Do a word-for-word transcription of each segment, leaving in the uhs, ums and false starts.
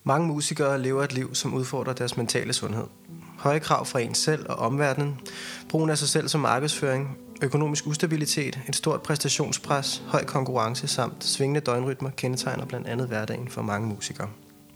Mange musikere lever et liv, som udfordrer deres mentale sundhed. Høje krav fra en selv og omverdenen, brugen af sig selv som markedsføring, økonomisk ustabilitet, et stort præstationspres, høj konkurrence samt svingende døgnrytmer kendetegner blandt andet hverdagen for mange musikere.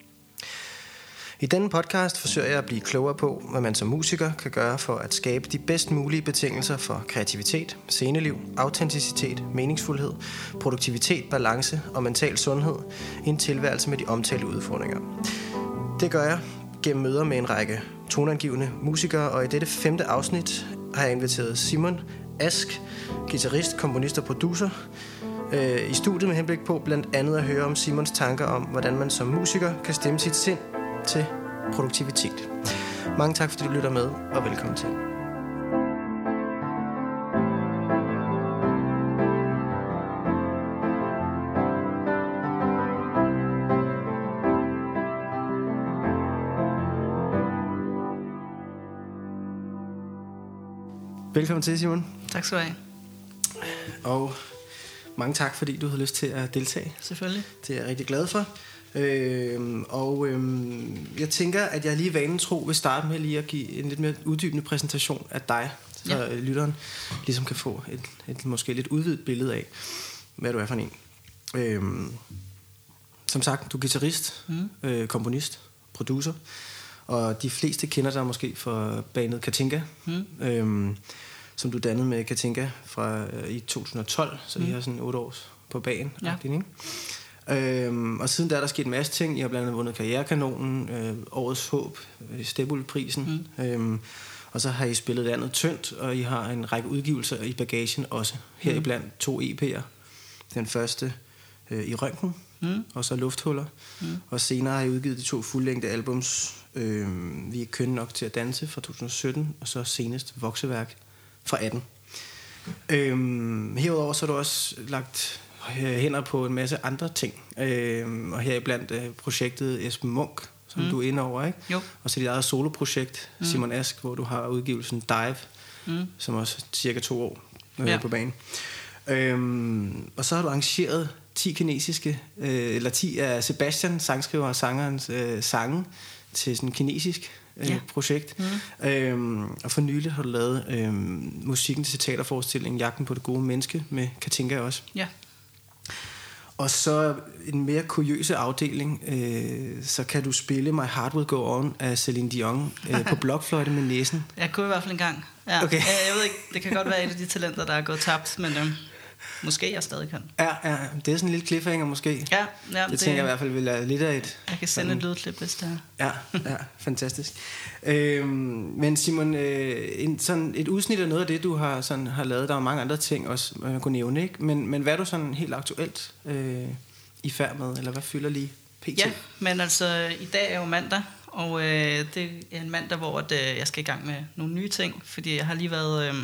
I denne podcast forsøger jeg at blive klogere på, hvad man som musiker kan gøre for at skabe de bedst mulige betingelser for kreativitet, sceneliv, autenticitet, meningsfuldhed, produktivitet, balance og mental sundhed i en tilværelse med de omtalte udfordringer. Det gør jeg gennem møder med en række toneangivende musikere, og i dette femte afsnit har jeg inviteret Simon Ask, guitarist, komponist og producer, øh, i studiet med henblik på blandt andet at høre om Simons tanker om, hvordan man som musiker kan stemme sit sind til produktivitet. Mange tak, fordi du lytter med, og velkommen til. Velkommen til, Simon. Tak skal du have. Og mange tak, fordi du havde lyst til at deltage. Selvfølgelig. Det er jeg rigtig glad for. Øhm, og øhm, jeg tænker, at jeg lige vanen tro vil starte med lige at give en lidt mere uddybende præsentation af dig, så ja. lytteren ligesom kan få et, et måske lidt udvidet billede af, hvad du er for en. Øhm, som sagt, du er guitarist, mm. øh, komponist, producer, og de fleste kender dig måske fra bandet Katinka, mm. øhm, som du dannede med Katinka fra øh, i to tusind og tolv, så mm. I har sådan otte år på banen. Ja. Ikke? Øhm, og siden der er der sket en masse ting. I har blandt andet vundet Karrierekanonen, øh, Årets Håb, øh, Stebulprisen, mm. øhm, og så har I spillet landet tyndt, og I har en række udgivelser i bagagen også. Heriblandt mm. to E P'er. Den første øh, i Røntgen, mm. og så Lufthuller. Mm. Og senere har I udgivet de to fuldlængde albums, øh, Vi er kønne nok til at danse fra to tusind og sytten, og så senest Vokseværk fra atten. Øhm, herudover så har du også lagt hænder på en masse andre ting, øhm, og heriblandt øh, projektet Esben Munk, som mm. du er inde over, ikke? Jo. Og så dit eget soloprojekt, mm. Simon Ask, hvor du har udgivelsen Dive, mm. som også er cirka to år øh, ja. på banen. Øhm, og så har du arrangeret ti kinesiske, øh, eller ti af Sebastian, sangskriver og sangerens øh, sange til sådan en kinesisk øh, ja. projekt. Mm. Øhm, og for nylig har du lavet øh, musikken til teaterforestillingen Jagten på det gode menneske med Katinka også. Ja. Og så en mere kuriøse afdeling, øh, så kan du spille My Heart Will Go On af Celine Dion øh, på blokfløjte med næsen. Jeg kunne i hvert fald en gang. Ja. Okay. Jeg, jeg ved ikke, det kan godt være et af de talenter, der er gået tabt, men øh, måske jeg stadig kan. Ja, ja, det er sådan en lille cliffhanger måske. Ja, ja, det, det tænker jeg i hvert fald vil være lidt af et... Jeg kan sende et lydklip, hvis det er. Ja, ja, fantastisk. Øhm, men Simon, øh, en, sådan et udsnit af noget af det, du har, sådan, har lavet, der er mange andre ting også, man kunne nævne, ikke? Men, men hvad er du sådan helt aktuelt øh, i færd med, eller hvad fylder lige P T? Ja, men altså, i dag er jo mandag, og øh, det er en mandag, hvor at, øh, jeg skal i gang med nogle nye ting, fordi jeg har lige været... Øh,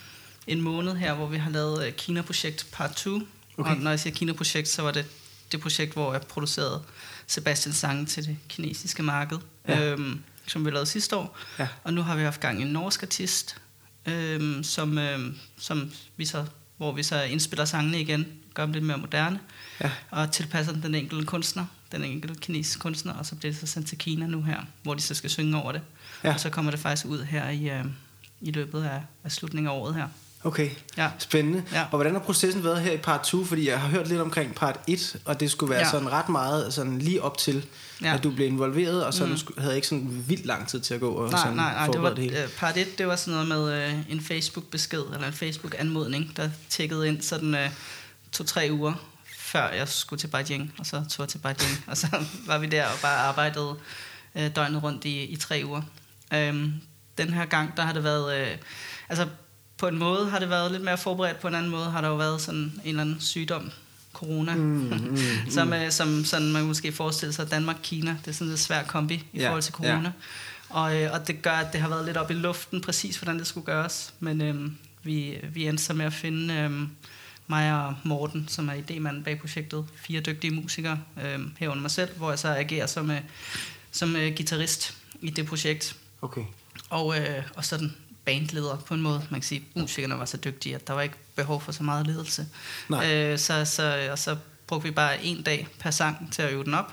en måned her, hvor vi har lavet uh, Kina-projekt part to. Okay. Og når jeg siger Kina-projekt, så var det det projekt, hvor jeg producerede Sebastians sange til det kinesiske marked, ja. øhm, som vi lavede sidste år. Ja. Og nu har vi haft gang i en norsk artist, øhm, som, øhm, som vi så, hvor vi så indspiller sangene igen, gør dem lidt mere moderne, ja. og tilpasser den enkelte kunstner, den enkelte kinesiske kunstner, og så bliver det så sendt til Kina nu her, hvor de så skal synge over det. Ja. Og så kommer det faktisk ud her i, øh, i løbet af, af slutningen af året her. Okay, ja. Spændende. Ja. Og hvordan har processen været her i part to? Fordi jeg har hørt lidt omkring part et, og det skulle være ja. sådan ret meget sådan lige op til, ja. at du blev involveret, og så mm. havde ikke sådan vildt lang tid til at gå og nej, sådan nej, nej, det var, det hele. Part et, det var sådan noget med øh, en Facebook-besked, eller en Facebook-anmodning, der tjekkede ind sådan øh, to-tre uger, før jeg skulle til Beijing, og så tog jeg til Beijing, og så var vi der og bare arbejdede øh, døgnet rundt i, i tre uger. Øhm, den her gang, der har det været... Øh, altså, på en måde har det været lidt mere forberedt, på en anden måde har der jo været sådan en eller anden sygdom, corona, mm, mm, som, mm. som sådan man måske forestiller sig Danmark-Kina. Det er sådan en svær kombi i yeah, forhold til corona. Yeah. Og, øh, og det gør, at det har været lidt op i luften, præcis hvordan det skulle gøres. Men øh, vi, vi endte så med at finde øh, mig og Morten, som er idémanden bag projektet, fire dygtige musikere, øh, herunder mig selv, hvor jeg så agerer som, øh, som øh, guitarist i det projekt. Okay. Og, øh, og sådan bandleder på en måde. Man kan sige, at musikerne var så dygtige, at der var ikke behov for så meget ledelse. Øh, så, så, og så brugte vi bare en dag per sang til at øve den op,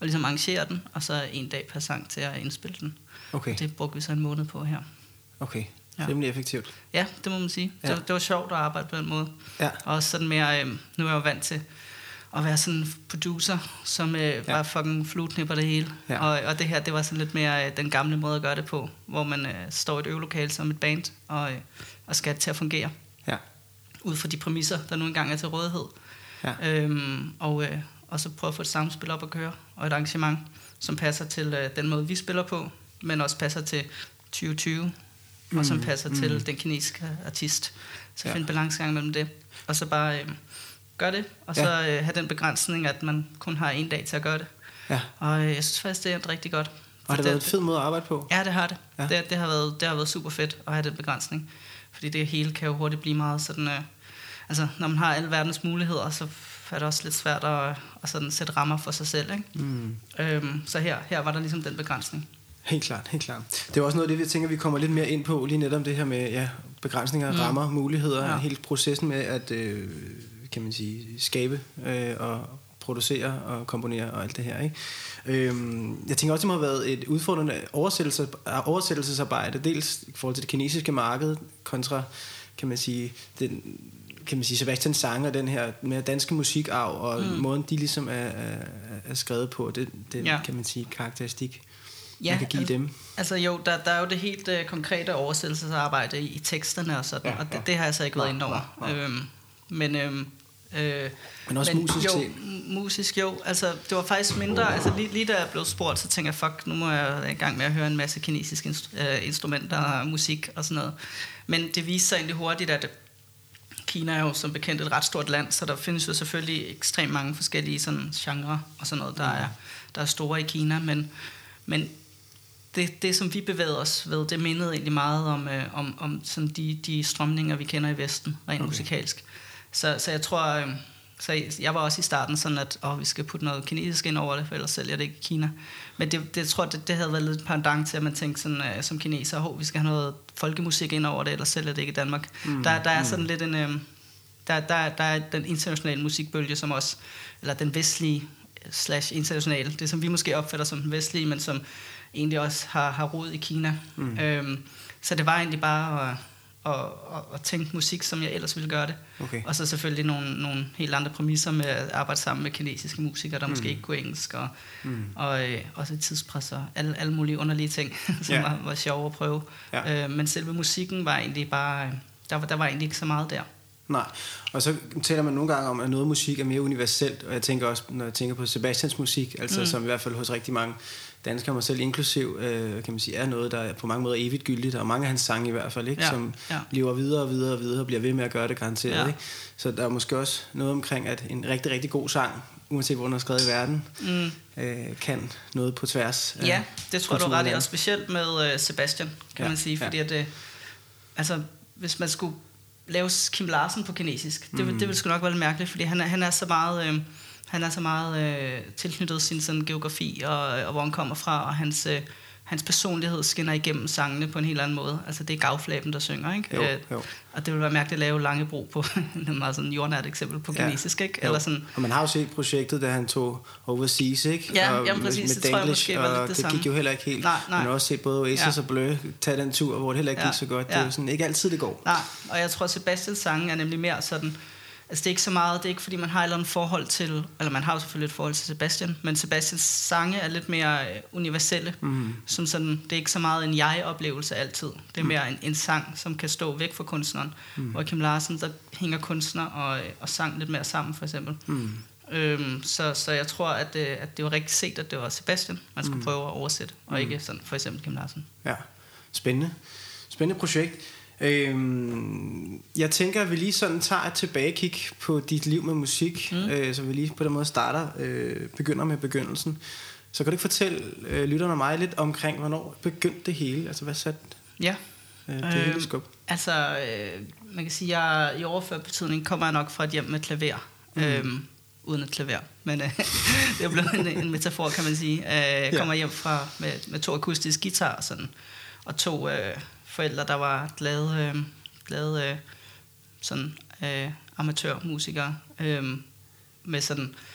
og ligesom arrangere den, og så en dag per sang til at indspille den. Okay. Det brugte vi så en måned på her. Okay, Ja. rimelig effektivt. Ja, det må man sige. Ja. Det, det var sjovt at arbejde på den måde. Ja. Og også sådan mere, øh, nu er jeg jo vant til at være sådan en producer, som øh, bare fucking flueknipper det hele. Ja. Og, og det her, det var sådan lidt mere øh, den gamle måde at gøre det på, hvor man øh, står i et øvelokale som et band, og, øh, og skal have det til at fungere. Ja. Ud fra de præmisser, der nu engang er til rådighed. Ja. Øhm, og, øh, og så prøve at få et samspil op at køre, og et arrangement, som passer til øh, den måde, vi spiller på, men også passer til tyve tyve, mm. og som passer mm. til den kinesiske artist. Så Ja. finde balancegang mellem det, og så bare øh, gøre det, og så Ja. øh, have den begrænsning, at man kun har en dag til at gøre det. Ja. Og øh, jeg synes faktisk, det er rigtig godt. Og har det været en fed måde at arbejde på? Ja, det har det. Ja. Det, det, har været, det har været super fedt at have den begrænsning. Fordi det hele kan jo hurtigt blive meget sådan... Øh, altså, når man har alle verdens muligheder, så er det også lidt svært at, at sådan sætte rammer for sig selv, ikke? Mm. Øhm, så her, her var der ligesom den begrænsning. Helt klart, helt klart. Det er også noget af det, vi tænker, vi kommer lidt mere ind på, lige netop det her med ja, begrænsninger, mm. rammer, muligheder, ja. Hele processen med at øh, kan man sige, skabe øh, og producere og komponere og alt det her, ikke? Øhm, jeg tænker også, det må have været et udfordrende oversættelse, oversættelsesarbejde, dels i forhold til det kinesiske marked, kontra, kan man sige, den, kan man sige, Sebastians sange og den her mere danske musikarv, og mm. måden, de ligesom er, er, er skrevet på, det, det ja. kan man sige, karakteristik, ja, man kan give altså, dem. Altså jo, der, der er jo det helt uh, konkrete oversættelsesarbejde i, i teksterne og sådan, ja, og det, ja. det har jeg så ikke været inde over. Ja, ja. Øhm, men... Øhm, Øh, men også men, musisk jo, set. musisk jo, altså det var faktisk mindre, altså lige, lige da jeg blev spurgt, så tænkte jeg, fuck, nu må jeg i gang med at høre en masse kinesiske instru- øh, instrumenter og musik og sådan noget. Men det viste sig egentlig hurtigt, at Kina er jo som bekendt et ret stort land, så der findes jo selvfølgelig ekstremt mange forskellige sådan genre og sådan noget, der er, der er store i Kina, men, men det, det som vi bevægede os ved, det mindede egentlig meget om, øh, om, om sådan de, de strømninger, vi kender i Vesten, rent okay. musikalsk. Så, så jeg tror, øh, så jeg var også i starten sådan, at åh, vi skal putte noget kinesisk ind over det, for ellers sælger det ikke i Kina. Men det, det jeg tror det, det havde været lidt pendant til, at man tænkte sådan, øh, som kineser, åh, vi skal have noget folkemusik ind over det, ellers sælger det ikke i Danmark. Mm, der, der er mm. sådan lidt en, øh, der, der, der er den internationale musikbølge, som også, eller den vestlige slash internationale, det som vi måske opfatter som den vestlige, men som egentlig også har, har rod i Kina. Mm. Øhm, så det var egentlig bare at Og, og, og tænke musik, som jeg ellers ville gøre det. Okay. Og så selvfølgelig nogle, nogle helt andre præmisser med at arbejde sammen med kinesiske musikere, der mm. måske ikke kunne engelsk, og, mm. og øh, også et tidspres og alle, alle mulige underlige ting, som yeah. var, var sjove at prøve. Yeah. Øh, men selve musikken var egentlig bare, der var, der var egentlig ikke så meget der. Nej, og så taler man nogle gange om, at noget musik er mere universelt, og jeg tænker også, når jeg tænker på Sebastians musik, altså mm. som i hvert fald hos rigtig mange danskere, mig selv inklusiv, øh, kan man sige, er noget, der er på mange måder evigt gyldigt, og mange af hans sange i hvert fald, ikke, ja, som ja. lever videre og videre og videre, og bliver ved med at gøre det garanteret. Ja. Ikke? Så der er måske også noget omkring, at en rigtig, rigtig god sang, uanset hvor den er skrevet i verden, mm. øh, kan noget på tværs. Ja, det tror jeg, du er ret i, og specielt med øh, Sebastian, kan ja. man sige, fordi ja. at, øh, altså, hvis man skulle lave Kim Larsen på kinesisk, det, mm. det ville sgu nok være lidt mærkeligt, fordi han er, han er så meget... Øh, Han er så meget øh, tilknyttet sin sådan, geografi og, og hvor han kommer fra, og hans, øh, hans personlighed skinner igennem sangene på en helt anden måde. Altså det er Gavflaben, der synger, ikke? Jo, øh, jo. Og det ville være mærkeligt at lave Langebro på en meget sådan jordnært eksempel på kinesisk, ja, ikke? Eller sådan. Og man har jo set projektet, da han tog Overseas, ikke? Ja, og jamen, præcis, med det tror jeg måske var lidt det, det samme. Det gik jo heller ikke helt. Nej, nej. Man har også set både Oasis ja. og Blø tage den tur, hvor det heller ikke ja. gik så godt. Ja. Det er jo sådan, ikke altid det går. Nej, og jeg tror, Sebastians sange er nemlig mere sådan... Altså det er ikke så meget, det er ikke fordi man har et eller andet forhold til, eller man har jo selvfølgelig et forhold til Sebastian, men Sebastians sange er lidt mere universelle, mm. som sådan, det er ikke så meget en jeg-oplevelse altid, det er mere en, en sang, som kan stå væk fra kunstneren, mm. hvor Kim Larsen, der hænger kunstner og, og sang lidt mere sammen for eksempel. Mm. Øhm, så, så jeg tror, at, at det var rigtig set, at det var Sebastian, man skulle mm. prøve at oversætte, og mm. ikke sådan for eksempel Kim Larsen. Ja, spændende. Spændende projekt. Øhm, jeg tænker, at vi lige sådan tager et tilbagekig på dit liv med musik, mm. øh, så vi lige på den måde starter, øh, begynder med begyndelsen. Så kan du ikke fortælle øh, lytterne og mig lidt omkring, hvornår begyndte det hele? Altså, hvad satte ja. øh, det øh, hele skub? Altså, øh, man kan sige, at jeg i overført betydning kommer jeg nok fra et hjem med klaver. Mm. Øhm, uden et klaver, men øh, det er blevet en, en metafor, kan man sige. Øh, jeg kommer ja. hjem fra med, med to akustiske guitar og sådan, og to... Øh, forældre, der var glade, øh, glade øh, sådan, øh, amatørmusikere, øh, med sådan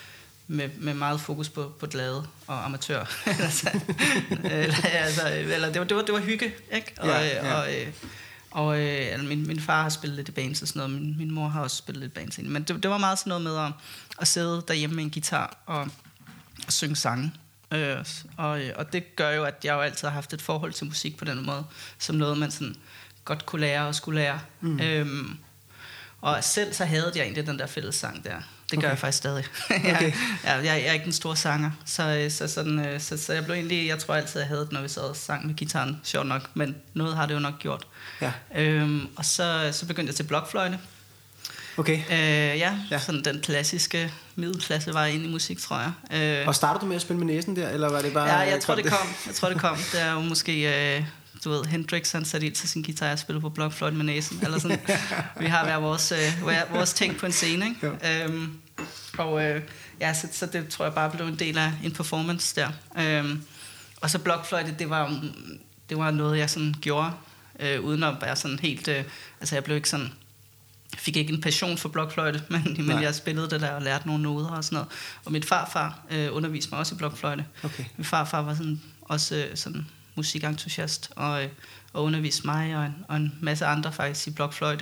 med, med meget fokus på, på glade og amatør. altså, eller, altså, eller det, var, det, var, det var hygge, ikke? Og, Ja, ja. og, og, og øh, altså, min, min far har spillet lidt i bands og sådan noget, min, min mor har også spillet lidt i bands. Men det, det var meget sådan noget med at, at sidde derhjemme med en guitar og, og synge sange. Øh, og, og det gør jo, at jeg jo altid har haft et forhold til musik på den måde, som noget, man sådan godt kunne lære og skulle lære. Mm. Øhm, og selv så havde jeg egentlig den der fællessang der. Det gør okay. jeg faktisk stadig. jeg, Okay. jeg, jeg er ikke en stor sanger, så, så, sådan, så, så jeg blev egentlig, jeg tror altid, jeg havde det, når vi sad og sang med gitaren, sjovt nok, men noget har det jo nok gjort. Ja. Øhm, og så, så begyndte jeg til blokfløjte. Okay. Øh, ja, Ja. sådan den klassiske middelklasse vej ind i musik, tror jeg. Øh, Og startede du med at spille med næsen der, eller var det bare... ja, jeg tror, det kom. Jeg tror, det kom. Det er jo måske... Øh, du ved, Hendrix, han satte ild til sin guitar og spillede på blokfløjte med næsen, eller sådan. Vi har hver vores, øh, hver vores ting på en scene, ikke? Øhm, og øh, ja, så, så det tror jeg bare blev en del af en performance der. Øhm, og så blokfløjte, det var, det var noget, jeg sådan gjorde, øh, uden at være sådan helt... Øh, altså, jeg blev ikke sådan... Jeg fik ikke en passion for blokfløjte, men, men jeg spillede det der og lærte nogle noder og sådan noget. Og min farfar øh, underviste mig også i blokfløjte. Okay. Min farfar var sådan, også øh, sådan musikentusiast og, øh, og underviste mig og en, og en masse andre faktisk i blokfløjte.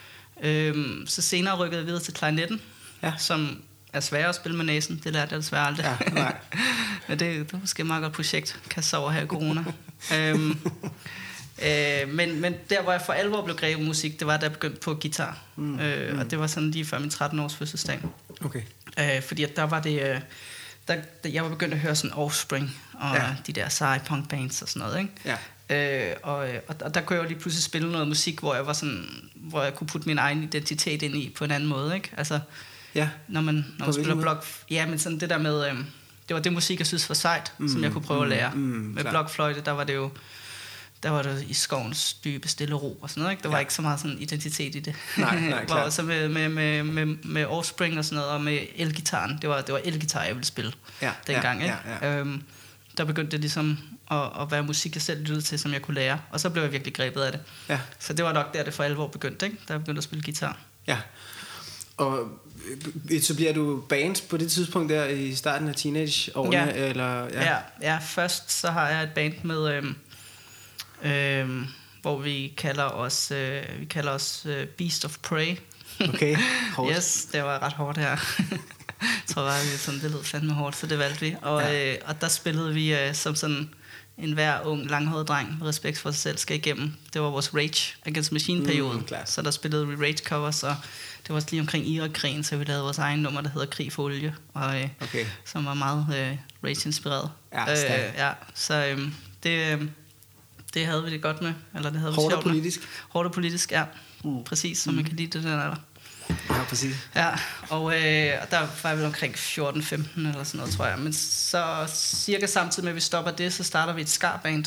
Øhm, så senere rykkede jeg videre til klarinetten, Ja. som er sværere at spille med næsen. Det lærte jeg desværre aldrig. Ja, nej. Men det, det var måske et meget godt projekt. Kaste over her i corona. øhm, øh, men, men der, hvor jeg for alvor blev grebet musik, det var, da jeg begyndte på guitar. Mm, øh, mm. Og det var sådan lige før min tretten-års fødselsdag. Okay. Øh, fordi at der var det... Øh, der, der, jeg var begyndt at høre sådan Offspring og Ja. de der seje punk bands og sådan noget, ikke? Ja. Øh, og, og, og der kunne jeg jo lige pludselig spille noget musik, hvor jeg var sådan, hvor jeg kunne putte min egen identitet ind i på en anden måde, ikke? Altså, Ja. når man, når På man spiller hvilken blok, ja, men sådan det der med, øh, det var det musik, jeg synes var sejt, mm, som jeg kunne prøve mm, at lære. mm, Med klar. blokfløjte, der var det jo, der var det i skovens dybe stille ro og sådan noget, ikke? Der var Ja. ikke så meget sådan identitet i det. Nej, nej, Hvor klart. så med, med, med, med, med Offspring og sådan noget, og med elgitaren, det var, det var elgitar, jeg ville spille Ja, dengang, ja, ikke? ja, ja. Øhm, der begyndte det ligesom at, at være musik, jeg selv lyttede til, som jeg kunne lære. Og så blev jeg virkelig grebet af det. Ja. Så det var nok der, det for alvor begyndte, ikke? Da jeg begyndte at spille guitar. Ja. Og øh, så bliver du band på det tidspunkt der i starten af teenageårene, Ja. eller Ja. ja, ja, først så har jeg et band med, øhm, øhm, hvor vi kalder os, øh, vi kalder os øh, Beast of Prey. Okay, hårdt. Yes, det var ret hårdt her. Jeg tror bare, vi sådan, det lød fandme hårdt, så det valgte vi. Og, Ja. øh, og der spillede vi øh, som sådan en hver ung, langhåret dreng med respekt for sig selv skal igennem. Det var vores Rage Against Machine-periode. Mm, klart. Så der spillede vi Rage-covers, og det var også lige omkring Irak-krigen, så vi lavede vores egen nummer, der hedder Krig for Olie, og, øh, Okay. som var meget øh, Rage-inspireret. Ja, stærkt. øh, ja, så øh, det, øh, det havde vi det godt med. Eller det havde vi Hårdt og sjovt med. politisk. Hårdt og politisk, ja. Mm. Præcis, som man kan lide det der. Ja, præcis. Ja, og, øh, og der var vi omkring fjorten femten eller sådan noget, tror jeg. Men så cirka samtidig med, at vi stopper det, så starter vi et skarband.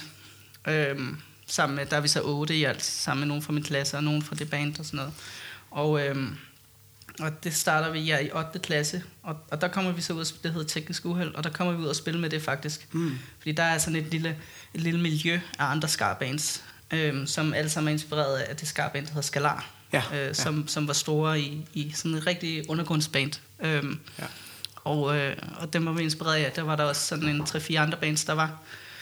Øhm, sammen med, der er vi så otte i alt, sammen med nogen fra min klasse og nogen fra det band og sådan noget. Og, øhm, og det starter vi ja, i ottende klasse, og, og der kommer vi så ud, og det hedder Teknisk Uheld, og der kommer vi ud og spille med det faktisk. Mm. Fordi der er sådan et lille, et lille miljø af andre skarbands, øhm, som alle sammen er inspireret af det skarband, der hedder Skalar. Ja, øh, som, ja. som var store i, i sådan en rigtig undergrundsband. Øhm, Ja. og, øh, og dem var vi inspireret af. Der var der også sådan en tre-fire andre bands, der var.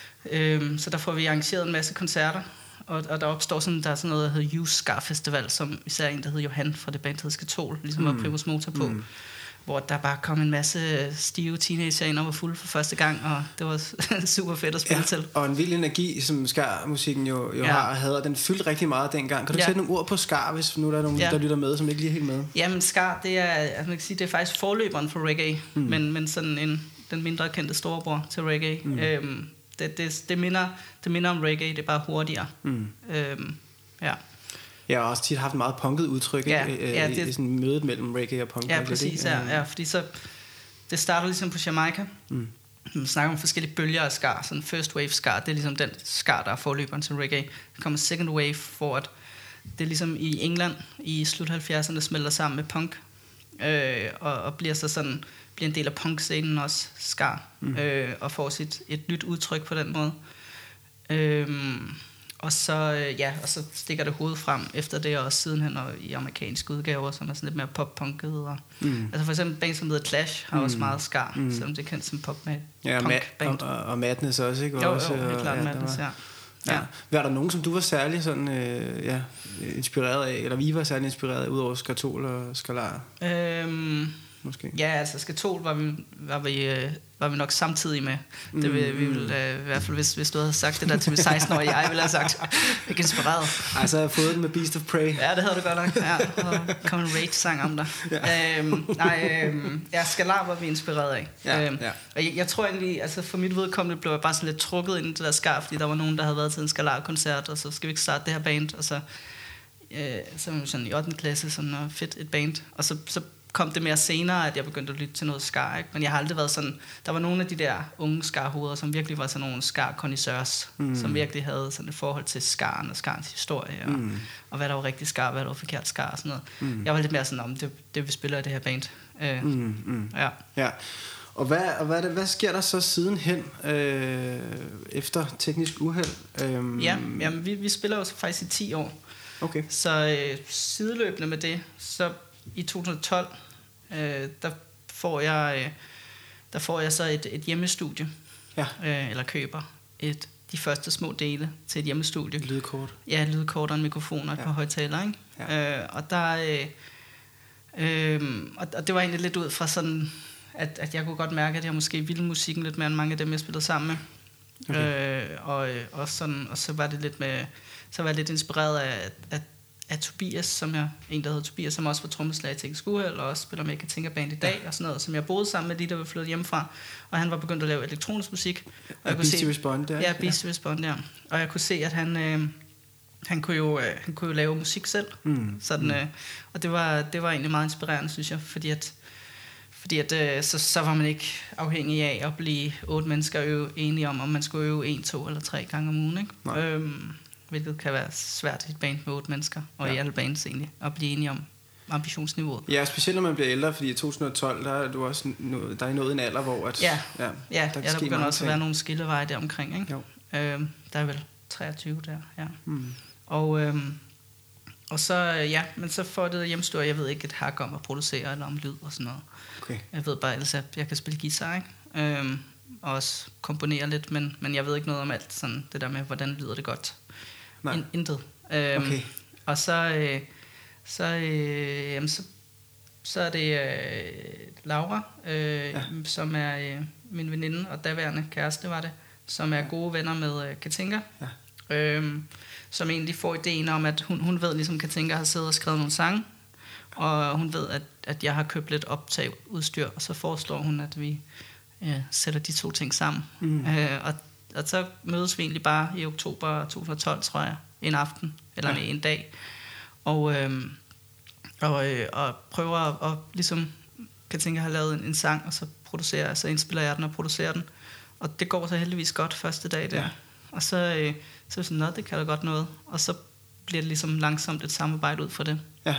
Øhm, så der får vi arrangeret en masse koncerter. Og, og der opstår sådan, der er sådan noget, der hedder Youth Scar Festival, som især en, der hedder Johan fra det band, der hedder Skatol, ligesom mm. var Primus Motor på. Mm. Hvor der bare kom en masse stive teenager ind og var fulde for første gang, og det var super fedt at spille Ja, til. og en vild energi, som Skar-musikken jo, jo Ja. har og havde, og den fyldte rigtig meget dengang. Kan du Ja. sætte nogle ord på Skar, hvis nu der er nogen, Ja. der lytter med, som ikke lige er helt med? Jamen Skar, det er, altså man kan sige, det er faktisk forløberen for reggae, mm. men, men sådan en, den mindre kendte storebror til reggae. Mm. Øhm, det, det, det, minder, det minder om reggae, det er bare hurtigere. Mm. Øhm, ja. Jeg har også tit haft meget punket udtryk, Ja, ikke? ja, I, det- i sådan mødet mellem reggae og punk. Ja, ikke? præcis, Det, ja, øh, ja, fordi så, det starter ligesom på Jamaica. Mm. Man snakker om forskellige bølger af skar. Sådan first wave skar, det er ligesom den skar, der er forløberen til reggae. Der kommer second wave, hvor at det er ligesom i England i slut halvfjerdserne smelter sammen med punk. Øh, og, og bliver så sådan, bliver en del af punkscenen også, skar. Mm. Øh, og får sit et nyt udtryk på den måde. Øh, og så, øh, ja, og så stikker det hovedet frem efter det, og sidenhen og i amerikanske udgaver, som er sådan lidt mere pop-punket. Og, mm. Altså for eksempel band som hedder Clash har mm. også meget skar, mm. selvom det er kendt som pop-band. Ja, ma- og, og Madness også, ikke? Jo, også, jo, helt klart ja, Madness, ja. Ja. Var der nogen, som du var særlig sådan, øh, ja, inspireret af, eller vi var særlig inspireret af, udover Skatol og Skalar? Øhm, Måske. Ja, altså Skatol var vi, var vi, øh, var vi nok samtidig med. Mm, det vil, vi ville, øh, i hvert fald, hvis, hvis du havde sagt det der til seksten-årige, jeg ville have sagt, ikke inspireret. Ej, så har jeg fået den med Beast of Prey. Ja, det havde du godt nok. Ja, og kom en rage-sang om dig. Ja. Øhm, nej, øhm, ja, Skalar var vi inspireret af. Ja, øhm, ja. Og jeg, jeg tror egentlig, altså for mit vedkommende blev jeg bare sådan lidt trukket ind i det der skar, fordi der var nogen, der havde været til en Skalar-koncert, og så skal vi ikke starte det her band, og så, øh, så var vi sådan i ottende klasse, sådan, og fedt et band, og så, så kom det mere senere, at jeg begyndte at lytte til noget skar, ikke? Men jeg har aldrig været sådan, der var nogle af de der unge skarhoveder, som virkelig var sådan nogle skar-kondisseurs, mm. som virkelig havde sådan et forhold til skaren og skarens historie, og, mm. og hvad der var rigtig skar, hvad der var forkert skar og sådan noget. Mm. Jeg var lidt mere sådan, om det, det vi spiller i det her band. Øh, mm. Mm. Ja. Ja. Og hvad, og hvad, hvad sker der så sidenhen øh, efter teknisk uheld? Øhm. Ja, jamen, vi, vi spiller jo faktisk i ti år. Okay. Så øh, sideløbende med det, så i to tusind og tolv, øh, der får jeg øh, der får jeg så et, et hjemmestudie, ja. øh, eller køber et de første små dele til et hjemmestudie. Lydkort. Ja, lydkort og en mikrofon og et ja. par højtaler, ikke? Ja. Øh, og der øh, øh, og, og det var egentlig lidt ud fra sådan, at, at jeg kunne godt mærke, at jeg måske ville musikken lidt mere end mange af dem, jeg spillede sammen med. Okay. Øh, og, og sådan, og så var det lidt med, så var jeg lidt inspireret af, at af Tobias, som jeg, en der hedder Tobias, som også var trommeslager i Teknisk Uheld, og også spiller med Katinka Band i dag, ja. og sådan noget, som jeg boede sammen med de, der var flyttet hjemmefra, og han var begyndt at lave elektronisk musik. Og jeg kunne se, Respond, der. Ja, Beastie Respond, ja. Og jeg kunne se, at han, øh, han, kunne jo, øh, han kunne jo lave musik selv, mm. sådan, øh, og det var, det var egentlig meget inspirerende, synes jeg, fordi at, fordi at øh, så, så var man ikke afhængig af at blive otte mennesker øve enige om, om man skulle øve en, to eller tre gange om ugen, ikke? Øhm, hvilket kan være svært i et band med otte mennesker, og ja. i alle bands egentlig, at blive enige om ambitionsniveauet. Ja, specielt når man bliver ældre, fordi i to tusind og tolv, der er du også nået, der er nået en alder, hvor at, ja, ja, ja, der, ja, der begynder også at være nogle skilleveje der omkring, ikke? Jo. Øhm, der er vel treogtyve der, ja. Mm. Og, øhm, og så, ja, men så får det hjemstået, jeg ved ikke et hak om at producere, eller om lyd og sådan noget. Okay. Jeg ved bare ellers, at jeg kan spille guitar, ikke? Øhm, og også komponere lidt, men, men jeg ved ikke noget om alt, sådan det der med, hvordan lyder det godt. In, intet. Øhm, okay. Og så, øh, så, øh, jamen, så, så er det øh, Laura, øh, ja. som er øh, min veninde og daværende kæreste, var det, som er gode venner med øh, Katinka, ja. øhm, som egentlig får ideen om, at hun, hun ved, ligesom Katinka har siddet og skrevet nogle sange, og hun ved, at, at jeg har købt lidt optageudstyr, og så foreslår hun, at vi øh, sætter de to ting sammen. Mm. Øh, og Og så mødes vi egentlig bare i oktober to tusind og tolv, tror jeg, en aften, eller ja. en dag, og, øhm, og, øh, og prøver at, og ligesom Katinka har lavet en, en sang, og så producerer, så indspiller jeg den og producerer den, og det går så heldigvis godt første dag der, ja. og så, øh, så er det sådan, nå, det kan da godt noget, og så bliver det ligesom langsomt et samarbejde ud for det. Ja.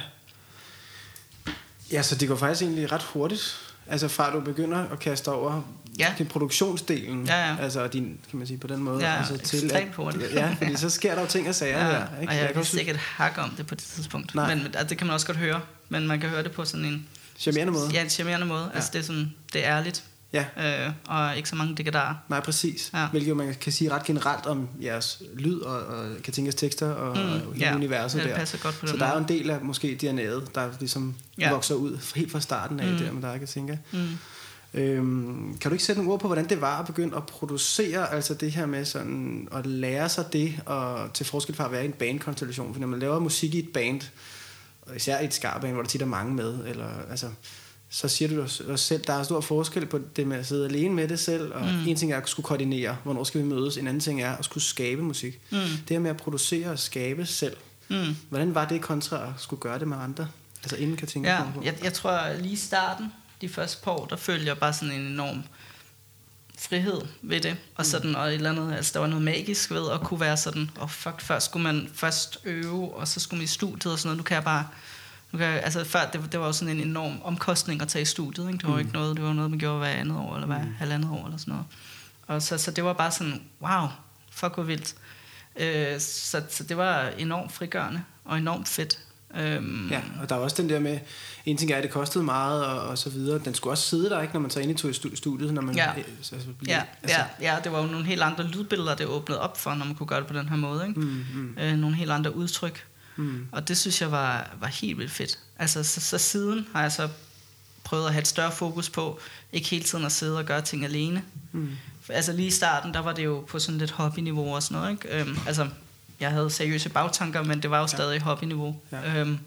Ja, så det går faktisk egentlig ret hurtigt. Altså fra du begynder at kaste over ja. din produktionsdelen, ja, ja. altså din, kan man sige på den måde, ja, altså til ekstremt hurtigt. Ja, fordi ja. så sker der jo ting og sager ja, der, ikke? Og jeg, jeg vidste ikke et hak om det på det tidspunkt. Nej. Men altså, det kan man også godt høre, men man kan høre det på sådan en charmerende måde. Ja, en charmerende måde. Ja. Altså det er sådan, det er ærligt. Ja. Øh, og ikke så mange digadarer. Nej, præcis. Ja. Hvilket jo man kan sige ret generelt om jeres lyd og, og Katinkas tekster og, mm, og hele ja. universet ja, det der. Passer godt på så den der måde. er jo en del af måske D N A'et, der ligesom ja. vokser ud helt fra starten af mm. der med dig, Katinka. Mm. Øhm, kan du ikke sætte nogle ord på, hvordan det var at begynde at producere, altså det her med sådan at lære sig det, og til forskel fra at være i en bandkonstellation, for når man laver musik i et band, og især i et skarband, hvor der tit er mange med, eller altså, så siger du jo selv, der er stor forskel på det med at sidde alene med det selv, og mm. en ting er at skulle koordinere, hvornår skal vi mødes, en anden ting er at skulle skabe musik. Mm. Det her med at producere og skabe selv, mm. hvordan var det kontra at skulle gøre det med andre? Altså inden Katinka ja, kom på? Jeg, jeg tror lige i starten, de første par år, der følte jeg bare sådan en enorm frihed ved det, og sådan, og et eller andet, altså der var noget magisk ved at kunne være sådan, og oh fuck, først skulle man først øve, og så skulle man i studiet og sådan noget, nu kan jeg bare, nu kan jeg, altså før, det, det var jo sådan en enorm omkostning at tage i studiet, ikke? Det var mm. ikke noget, det var noget, man gjorde hver andet år, eller hver mm. halvandet år, eller sådan noget, og så, så det var bare sådan, wow, fuck hvor vildt, Øh, så, så det var enormt frigørende og enormt fedt. Øhm, ja, og der var også den der med, en ting er, at det kostede meget og, og så videre. Den skulle også sidde der, ikke, når man tager ind i studiet, når man... Ja, altså, ja, altså. ja, ja, det var jo nogle helt andre lydbilleder, det åbnede op for, når man kunne gøre det på den her måde, ikke? Mm, mm. Øh, nogle helt andre udtryk. Mm. Og det synes jeg var, var helt vildt fedt. Altså, så, så siden har jeg så prøvet at have et større fokus på, ikke hele tiden at sidde og gøre ting alene. Mm. Altså lige i starten, der var det jo på sådan lidt hobbyniveau og sådan noget, ikke? Øhm, altså, jeg havde seriøse bagtanker, men det var jo stadig ja. hobbyniveau. Ja. Øhm,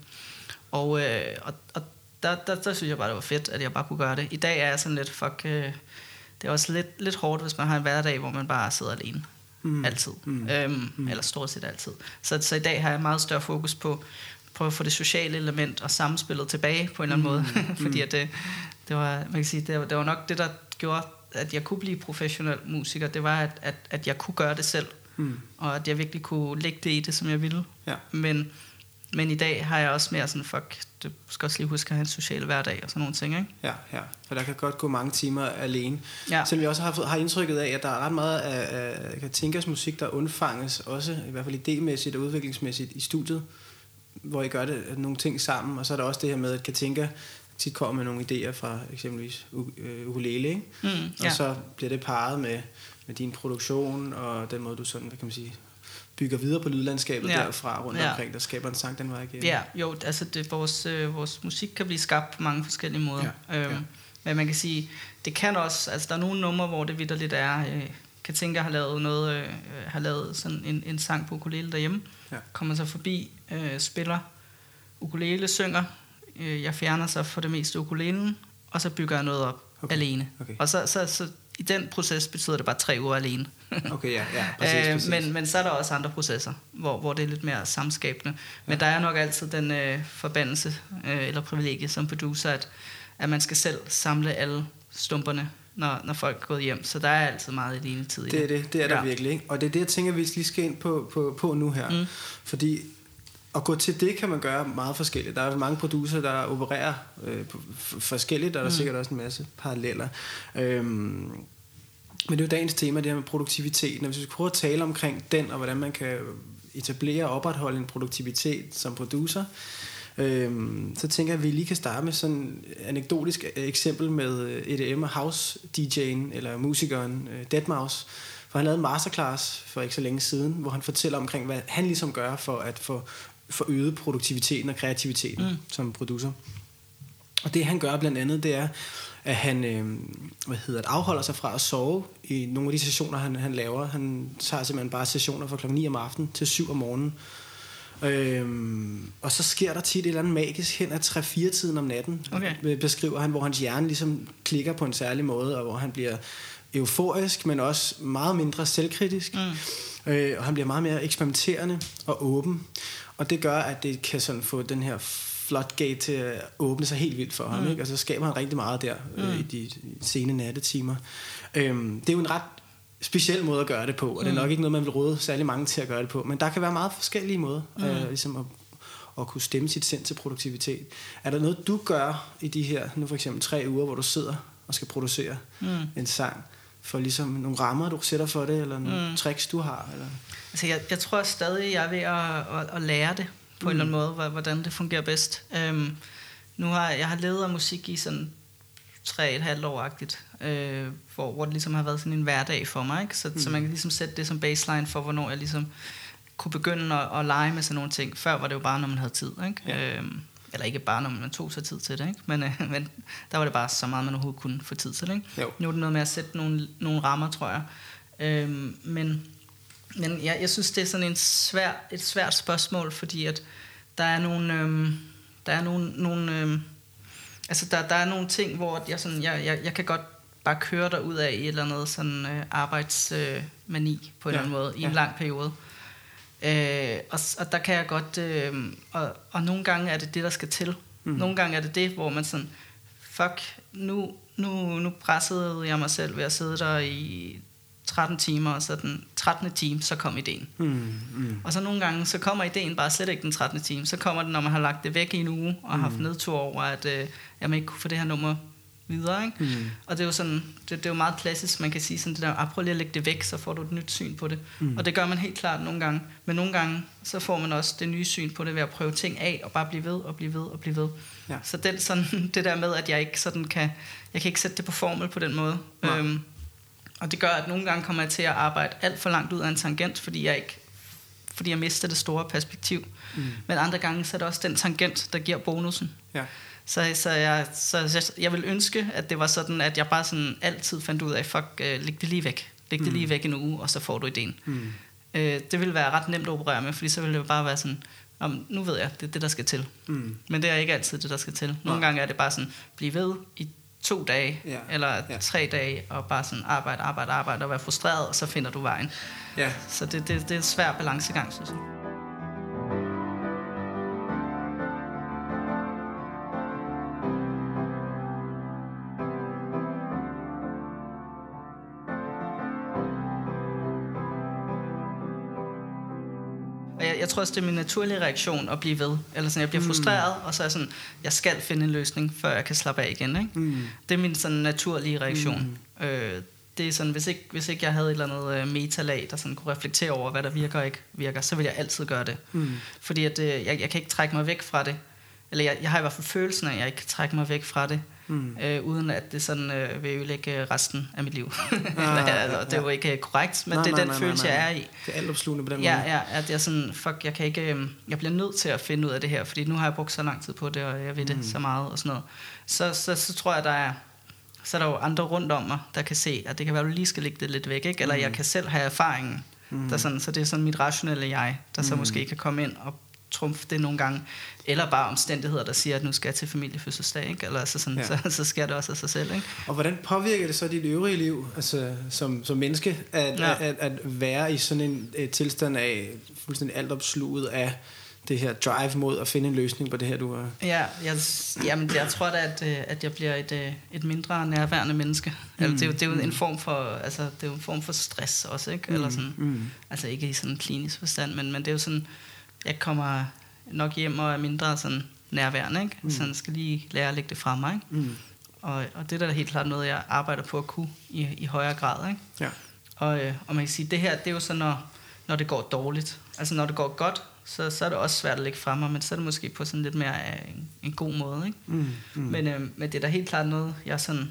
og øh, og, og der, der, der synes jeg bare, det var fedt, at jeg bare kunne gøre det. I dag er jeg sådan lidt, fuck, øh, det er også lidt, lidt hårdt, hvis man har en hverdag, hvor man bare sidder alene. Mm. Altid. Mm. Øhm, mm. Eller stort set altid. Så, så i dag har jeg meget større fokus på, på at få det sociale element og samspillet tilbage på en eller anden mm. måde. Fordi at det, det, var, man kan sige, det, var, det var nok det, der gjorde, at jeg kunne blive professionel musiker. Det var, at, at, at jeg kunne gøre det selv. Mm. Og at jeg virkelig kunne lægge det i det, som jeg ville. Ja. Men, men i dag har jeg også mere sådan, fuck, du skal også lige huske at have en social hverdag og sådan nogle ting, ikke? Ja, ja. For der kan godt gå mange timer alene. Ja. Selvom jeg også har, har indtrykket af, at der er ret meget af, af Katinkas musik, der undfanges også, i hvert fald idémæssigt og udviklingsmæssigt i studiet, hvor I gør det nogle ting sammen. Og så er der også det her med, at Katinka tit kommer med nogle idéer fra eksempelvis ukulele, ikke? Mm, ja. Og så bliver det parret med med din produktion og den måde du sådan, hvad kan man sige, bygger videre på lydlandskabet ja. derfra rundt ja. omkring, der skaber en sang den vej igennem. Ja, jo, altså det, vores, øh, vores musik kan blive skabt på mange forskellige måder. Ja. Øhm, ja. Men man kan sige, det kan også, altså der er nogle numre, hvor det vitterligt er, øh, Katinka har lavet noget, øh, har lavet sådan en, en sang på ukulele derhjemme, ja. kommer så forbi, øh, spiller ukulele, synger, øh, jeg fjerner så for det meste ukulelen, og så bygger jeg noget op okay. alene. Okay. Og så, så, så i den proces betyder det bare tre uger alene. Okay, ja, ja, præcis, præcis. Men, men så er der også andre processer, hvor, hvor det er lidt mere samskabende. Men ja. der er nok altid den øh, forbandelse øh, eller privilegie som producer, at, at man skal selv samle alle stumperne, når, når folk er gået hjem. Så der er altid meget alene tid i det. Det er det, det er der ja. virkelig, ikke? Og det er det, jeg tænker, vi lige skal ind på, på, på nu her. Mm. Fordi at gå til det kan man gøre meget forskelligt. Der er mange producer, der opererer øh, forskelligt, og der er mm. sikkert også en masse paralleller. Øhm, men det er jo dagens tema, det her med produktiviteten. Og hvis vi skal prøve at tale omkring den, og hvordan man kan etablere og opretholde en produktivitet som producer, øhm, så tænker jeg, at vi lige kan starte med sådan et anekdotisk eksempel med E D M og house-D J'en, eller musikeren øh, deadmau5. For han lavede en masterclass for ikke så længe siden, hvor han fortæller omkring, hvad han ligesom gør for at få for øget produktiviteten og kreativiteten mm. som producer. Og det han gør blandt andet, det er, at han øh, hvad hedder det, afholder sig fra at sove i nogle af de sessioner, han, han laver. Han tager simpelthen bare sessioner fra klokken ni om aftenen til syv om morgenen. Øhm, og så sker der tit et eller andet magisk hen ad tre fire tiden om natten, okay. beskriver han, hvor hans hjerne ligesom klikker på en særlig måde, og hvor han bliver euforisk, men også meget mindre selvkritisk. Mm. Øh, og han bliver meget mere eksperimenterende og åben. Og det gør, at det kan sådan få den her floodgate til at åbne sig helt vildt for mm. ham, ikke? Og så skaber han rigtig meget der mm. øh, i de sene nattetimer. Øhm, det er jo en ret speciel måde at gøre det på, og det er nok ikke noget, man vil råde særlig mange til at gøre det på. Men der kan være meget forskellige måder mm. øh, ligesom at, at kunne stemme sit sind til produktivitet. Er der noget, du gør i de her, nu for eksempel tre uger, hvor du sidder og skal producere mm. en sang, for ligesom nogle rammer, du sætter for det, eller nogle mm. tricks, du har? Eller? Altså, jeg, jeg tror stadig, jeg er ved at, at, at lære det på mm. en eller anden måde, hvordan det fungerer bedst. Um, nu har jeg har levet af musik i sådan tre et halvt år-agtigt, øh, hvor, hvor det ligesom har været sådan en hverdag for mig, ikke? Så, mm. så man kan ligesom sætte det som baseline for, hvornår jeg ligesom kunne begynde at, at lege med sådan nogle ting. Før var det jo bare, når man havde tid, ikke? Ja. Um, eller ikke bare, når man tog sig tid til det, ikke? Men, øh, men der var det bare så meget, man overhovedet kunne få tid til, ikke? Jo. Nu er det noget med at sætte nogle, nogle rammer, tror jeg. Øhm, men men jeg, jeg synes, det er sådan en svær, et svært spørgsmål, fordi at der er nogle, øhm, der er nogle, nogle øhm, altså der, der er nogle ting, hvor jeg, sådan, jeg, jeg, jeg kan godt bare køre derud af i et eller andet sådan øh, arbejdsmani øh, på en ja. eller anden måde, i en ja. lang periode. Øh, og, og der kan jeg godt øh, og, og nogle gange er det det, der skal til. mm. Nogle gange er det det, hvor man sådan, fuck, nu, nu, nu pressede jeg mig selv ved at sidde der i tretten timer, og så den trettende time, så kom ideen. mm. Mm. Og så nogle gange, så kommer ideen bare slet ikke den trettende time, så kommer den, når man har lagt det væk i en uge og mm. haft nedtur over, at øh, jeg ikke kunne få det her nummer videre, ikke? Mm. Og det er jo sådan, det, det er jo meget klassisk, man kan sige sådan det der, ah, prøv lige at lægge det væk, så får du et nyt syn på det. Mm. Og det gør man helt klart nogle gange, men nogle gange, så får man også det nye syn på det ved at prøve ting af, og bare blive ved, og blive ved, og blive ved. Ja. Så det, sådan, det der med, at jeg ikke sådan kan, jeg kan ikke sætte det på formel på den måde. Ja. Øhm, og det gør, at nogle gange kommer jeg til at arbejde alt for langt ud af en tangent, fordi jeg ikke fordi jeg mister det store perspektiv. Mm. Men andre gange, så er det også den tangent, der giver bonusen. Ja. Så, så, jeg, så, så jeg vil ønske, at det var sådan, at jeg bare sådan altid fandt ud af, fuck, uh, læg det lige væk. Læg mm. det lige væk en uge, og så får du ideen. Mm. Uh, det vil være ret nemt at operere med, fordi så vil det bare være sådan, om, nu ved jeg, det er det, der skal til. Mm. Men det er ikke altid det, der skal til. Nogle ja. gange er det bare sådan, bliv ved i to dage, ja. eller ja. tre dage, og bare sådan arbejde, arbejde, arbejde, og være frustreret, og så finder du vejen. Ja. Så det, det, det er en svær balancegang, synes jeg. Jeg tror også, det er min naturlige reaktion at blive ved. Eller sådan, jeg bliver frustreret, mm. og så er jeg sådan, jeg skal finde en løsning, før jeg kan slappe af igen. Ikke? Mm. Det er min sådan naturlige reaktion. Mm. Øh, det er sådan, hvis ikke, hvis ikke jeg havde et eller andet øh, metalag, der sådan kunne reflektere over, hvad der virker og ikke virker, så vil jeg altid gøre det. Mm. Fordi at, øh, jeg, jeg kan ikke trække mig væk fra det. Eller jeg, jeg har i hvert fald følelsen af, at jeg ikke kan trække mig væk fra det. Mm. Øh, uden at det sådan øh, vil ødelægge resten af mit liv. Ah, altså, det er jo ikke korrekt, men nej, det er nej, den nej, følelse nej, nej. jeg er i. Det er altopslugende på den ja, måde. Ja, at jeg sådan, fuck, jeg kan ikke, øh, jeg bliver nødt til at finde ud af det her, fordi nu har jeg brugt så lang tid på det, og jeg ved det mm. så meget og sådan noget. Så, så, så tror jeg, der er, så er der jo andre rundt om mig, der kan se, at det kan være, at du lige skal lægge det lidt væk, ikke? Eller mm. jeg kan selv have erfaringen. Mm. Der sådan, så det er sådan mit rationelle jeg, der mm. så måske kan komme ind og trumfe det nogle gange, eller bare omstændigheder, der siger, at nu skal jeg til familiefødselsdag, ikke? Eller altså sådan, ja. så, så sker det også af sig selv. Ikke? Og hvordan påvirker det så dit øvrige liv, altså som, som menneske, at, ja. at, at være i sådan en et tilstand af fuldstændig altopsluget af det her drive mod at finde en løsning på det her, du er? Ja, jeg, jamen, jeg tror da, at, at jeg bliver et, et mindre nærværende menneske. Mm. Altså, det, er jo, det er jo en form for, altså, det er jo en form for stress også, ikke? Eller sådan, mm. altså ikke i sådan en klinisk forstand, men, men det er jo sådan, jeg kommer nok hjem og er mindre sådan nærværende, ikke? Mm. Så jeg skal lige lære at lægge det fra mig, ikke? Mm. Og, og det er da helt klart noget, jeg arbejder på at kunne i, i højere grad, ikke? Ja. Og, og man kan sige, det her, det er jo så, når, når det går dårligt. Altså når det går godt, så, så er det også svært at lægge fra mig, men så er det måske på sådan lidt mere en, en god måde, ikke? Mm. Mm. Men, øh, men det er da helt klart noget, jeg sådan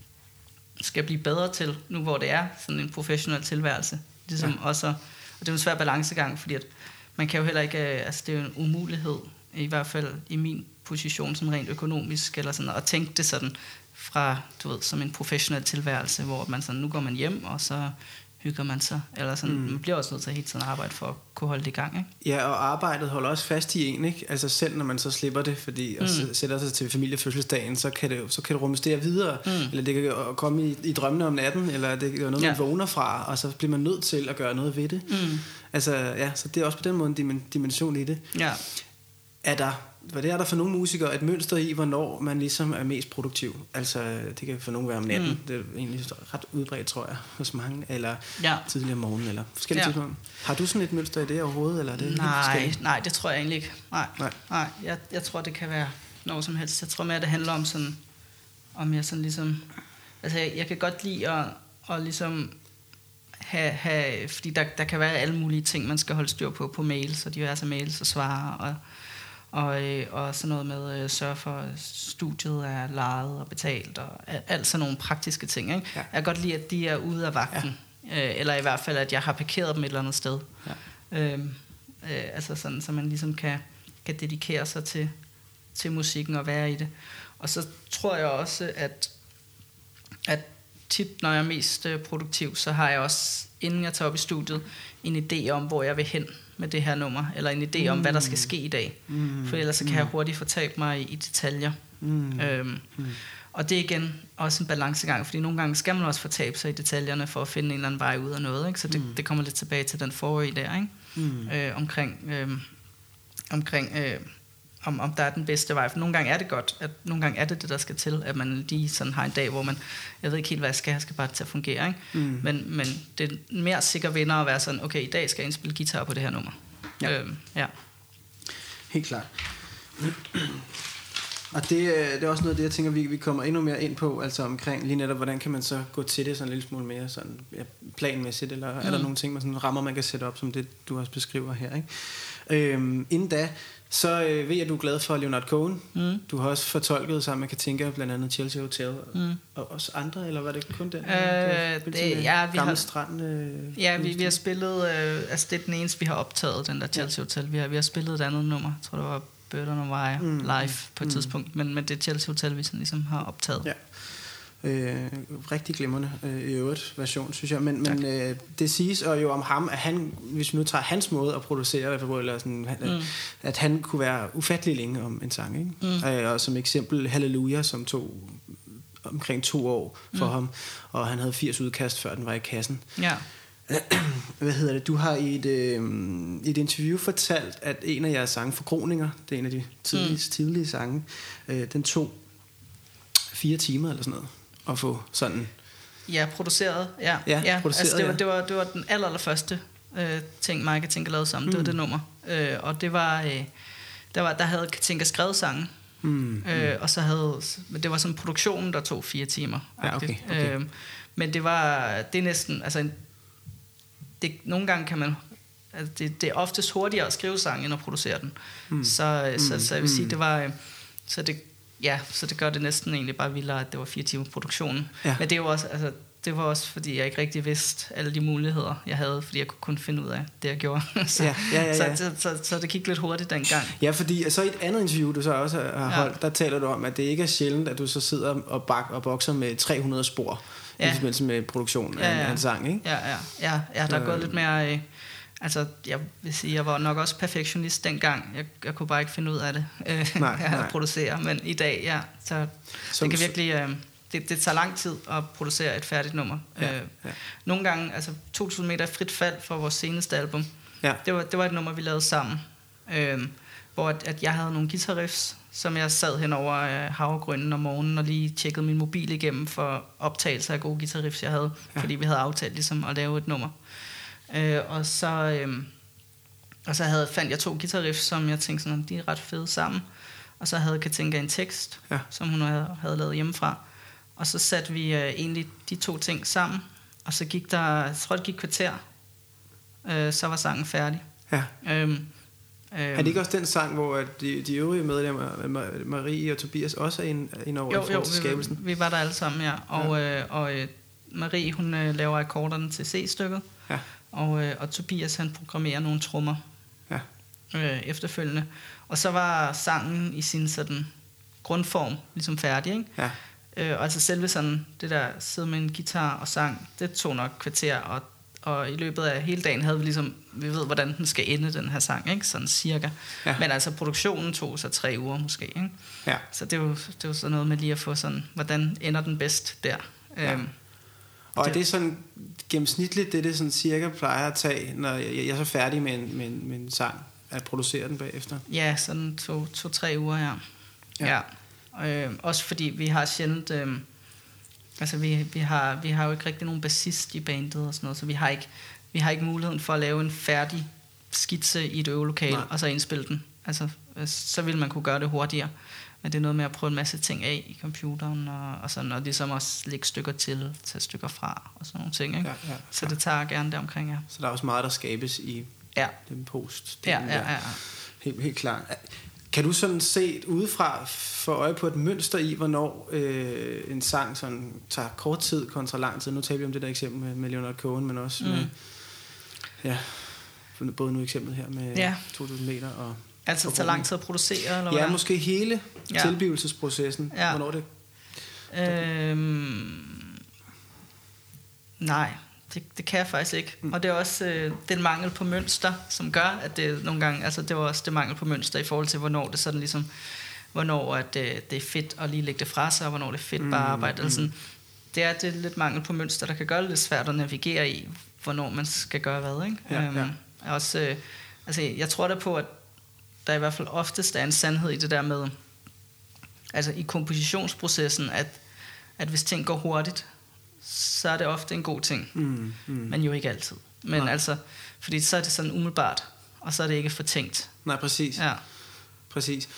skal blive bedre til, nu hvor det er sådan en professionel tilværelse. Ligesom ja. også, og det er jo en svær balancegang, fordi at man kan jo heller ikke, altså det er jo en umulighed, i hvert fald i min position, sådan rent økonomisk, eller sådan, at tænke det sådan fra, du ved, som en professionel tilværelse, hvor man sådan, nu går man hjem, og så hygger man sig, eller sådan, mm. man bliver også nødt til at hele tiden arbejde for at kunne holde det i gang, ikke? Ja, og arbejdet holder også fast i en, ikke? Altså selv når man så slipper det, fordi mm. og sætter sig til familiefødselsdagen, så kan det så kan det rumstere videre, mm. eller det kan komme i, i drømmene om natten, eller det kan være noget, ja. man vågner fra, og så bliver man nødt til at gøre noget ved det. Mm. Altså, ja, så det er også på den måde en dimension i det. Ja. Er der, hvad det er der for nogle musikere et mønster i, hvornår man ligesom er mest produktiv? Altså, det kan for nogle være om natten. Mm. Det er egentlig ret udbredt, tror jeg, hos mange. Eller ja. tidligere om morgenen, eller forskellige ja. tidspunkter. Har du sådan et mønster i det overhovedet? Eller er det nej, nej, det tror jeg egentlig ikke. Nej, nej. nej jeg, jeg tror, det kan være noget som helst. Jeg tror mere, det handler om sådan, om jeg sådan ligesom, altså jeg, jeg kan godt lide at, at ligesom have, have fordi der, der kan være alle mulige ting, man skal holde styr på på mails, og diverse mails og svare, og Og, og sådan noget med at sørge for, at studiet er lejet og betalt, og alt sådan nogle praktiske ting. Ikke? Ja. Jeg kan godt lide, at de er ude af vagten, ja. øh, eller i hvert fald, at jeg har parkeret dem et eller andet sted. Ja. Øh, øh, altså sådan, så man ligesom kan, kan dedikere sig til, til musikken og være i det. Og så tror jeg også, at, at tit, når jeg er mest produktiv, så har jeg også, inden jeg tager op i studiet, en idé om, hvor jeg vil hen med det her nummer, eller en idé om, mm. hvad der skal ske i dag. Mm. For ellers så kan jeg hurtigt fortabe mig i, i detaljer. Mm. Øhm, mm. Og det er igen også en balancegang, fordi nogle gange skal man også fortabe sig i detaljerne, for at finde en eller anden vej ud af noget. Ikke? Så det, mm. det kommer lidt tilbage til den forrige der, ikke? Mm. Øh, omkring, øh, omkring øh, om, om der er den bedste vej. For nogle gange er det godt, at nogle gange er det det, der skal til, at man lige sådan har en dag, hvor man, jeg ved ikke helt, hvad jeg skal, jeg skal bare til at fungere, ikke? Mm. Men, men det er mere sikker vinder at være sådan, okay, i dag skal jeg indspille guitar på det her nummer. Ja. Øhm, ja. Helt klart. Og det, det er også noget af det, jeg tænker, vi, vi kommer endnu mere ind på, altså omkring lige netop, hvordan kan man så gå til det sådan en lille smule mere sådan, ja, planmæssigt, eller mm. er der nogle ting, man sådan rammer, man kan sætte op, som det, du også beskriver her, ikke? Øhm, inden da, så øh, ved jeg, at du er glad for Leonard Cohen. Mm. Du har også fortolket sammen med Katinka, blandt andet Chelsea Hotel, mm. og også andre, eller var det kun den? Øh, det, ja, vi har, strand, øh, ja, vi, vi har spillet, øh, altså det er den eneste, vi har optaget, den der Chelsea ja. Hotel. Vi har, vi har spillet et andet nummer, jeg tror det var Burden of Wire, mm. live på et mm. tidspunkt, men, men det er Chelsea Hotel, vi sådan ligesom har optaget. Ja. Øh, rigtig glimrende øh, i øvrigt version, synes jeg. Men, men øh, det siges og jo om ham, at han, hvis vi nu tager hans måde at producere, eller sådan, mm. at han kunne være ufattelig længe om en sang, ikke? Mm. Øh, og som eksempel Hallelujah, som tog omkring to år for mm. ham, og han havde firs udkast, før den var i kassen. Ja. Hvad hedder det? Du har i et, øh, i et interview fortalt, at en af jeres sange, Forgroninger, det er en af de tidlige, mm. tidlige sange, øh, den tog fire timer eller sådan noget at få sådan. Ja, produceret. Ja, ja, ja. Produceret, altså det var, ja. det var det var den aller, aller første øh, ting Mike og Katinka lavede sammen. Mm. Det var det nummer. Øh, og det var øh, der var der havde Katinka skrevet sangen. Mm. Øh, og så havde det var sådan produktionen der tog fire timer. Ja, okay, okay. Øh, men det var det er næsten altså en, det nogle gange kan man altså det, det er oftest hurtigere at skrive sangen end at producere den. Mm. Så, så så jeg vil sige det var øh, så det ja, så det gør det næsten egentlig bare vildere, at det var fire timer produktionen. Ja. Men det var også, altså, det var også, fordi jeg ikke rigtig vidste alle de muligheder, jeg havde, fordi jeg kunne kun finde ud af det, jeg gjorde. så, ja, ja, ja, ja. Så, så, så, så det gik lidt hurtigt dengang. Ja, fordi så i et andet interview, du så også har holdt, ja. Der taler du om, at det ikke er sjældent, at du så sidder og, bak, og bokser med tre hundrede spor, ja. I forbindelse med produktionen ja, ja. Af en sang, ikke? Ja, ja, ja, ja der er gået lidt mere... Øh, Altså, jeg vil sige, jeg var nok også perfektionist dengang. Jeg, jeg kunne bare ikke finde ud af det, øh, nej, at producere. Men i dag, ja, så Som det kan virkelig... Øh, det, det tager lang tid at producere et færdigt nummer. Ja, øh, ja. Nogle gange, altså to tusind meter frit fald for vores seneste album. Ja. Det, var, det var et nummer, vi lavede sammen. Øh, hvor at, at jeg havde nogle guitar-riffs, som jeg sad hen over øh, havregrynden om morgenen og lige tjekkede min mobil igennem for optagelser af gode guitar-riffs, jeg havde. Ja. Fordi vi havde aftalt ligesom at lave et nummer. Øh, og så øh, og så havde, fandt jeg to guitar-riffs, som jeg tænkte sådan, de er ret fede sammen. Og så havde Katinka en tekst, ja. Som hun havde, havde lavet hjemmefra. Og så satte vi øh, egentlig de to ting sammen. Og så gik der, jeg tror det gik kvarter, øh, så var sangen færdig. Ja. Øhm, øhm, er det ikke også den sang, hvor de, de øvrige medlemmer, Marie og Tobias, også er ind, ind over jo, i forhold til skabelsen? Vi, vi var der alle sammen, ja. Og, ja. Øh, og øh, Marie, hun øh, laver akkorderne til C-stykket. Ja. Og, øh, og Tobias han programmerer nogle trommer ja. øh, efterfølgende. Og så var sangen i sin sådan grundform ligesom færdig, ikke? Ja. Øh, og altså selve sådan det der sidde med en guitar og sang, det tog nok kvarter, og, og i løbet af hele dagen havde vi ligesom, vi ved hvordan den skal ende den her sang, ikke? Sådan cirka. Ja. Men altså produktionen tog så tre uger måske, ikke? Ja. Så det er jo det er jo sådan noget med lige at få sådan, hvordan ender den bedst der. Ja. Øhm, Og er det sådan gennemsnitligt, det det sådan cirka plejer at tage, når jeg er så færdig med en, med en, med en sang, at producere den bagefter? Ja, sådan to, to tre uger, ja. Ja. ja. Øh, også fordi vi har sjældent, øh, altså vi, vi, har, vi har jo ikke rigtig nogen bassist i bandet og sådan noget, så vi har ikke, vi har ikke muligheden for at lave en færdig skitse i et øvelokale, og så indspille den. Altså, så ville man kunne gøre det hurtigere. Men det er noget med at prøve en masse ting af i computeren, og, og sådan, og ligesom også lægge stykker til, tage stykker fra, og sådan nogle ting, ikke? Ja, ja, så det tager gerne deromkring, ja. Så der er også meget, der skabes i ja. Den post. Den ja, ja, ja, ja. Helt, helt klart. Kan du sådan set udefra få øje på et mønster i, hvornår øh, en sang sådan tager kort tid kontra lang tid? Nu taler vi om det der eksempel med, med Leonard Cohen, men også mm. med, ja, både nu eksemplet her med ja. to tusind meter og... Altså det tager lang tid at producere, eller hvad? Ja, måske hele ja. Tilblivelsesprocessen. Ja. Hvornår det? Øhm, nej, det, det kan jeg faktisk ikke. Mm. Og det er også øh, den mangel på mønster, som gør, at det nogle gange, altså det var også det mangel på mønster i forhold til, hvornår det sådan ligesom, hvornår at, øh, det er fedt at lige lægge det fra sig, og hvornår det er fedt mm. bare at arbejde. Mm. Eller sådan. Det er det lidt mangel på mønster, der kan gøre det lidt svært at navigere i, hvornår man skal gøre hvad, ikke? Ja, øhm, ja. Også, øh, altså jeg tror da på, at der i hvert fald oftest er en sandhed i det der med, altså i kompositionsprocessen, at, at hvis ting går hurtigt, så er det ofte en god ting. Mm, mm. Men jo ikke altid. Men Nej. altså, fordi så er det sådan umiddelbart, og så er det ikke fortænkt. Nej, præcis. Ja. Præcis.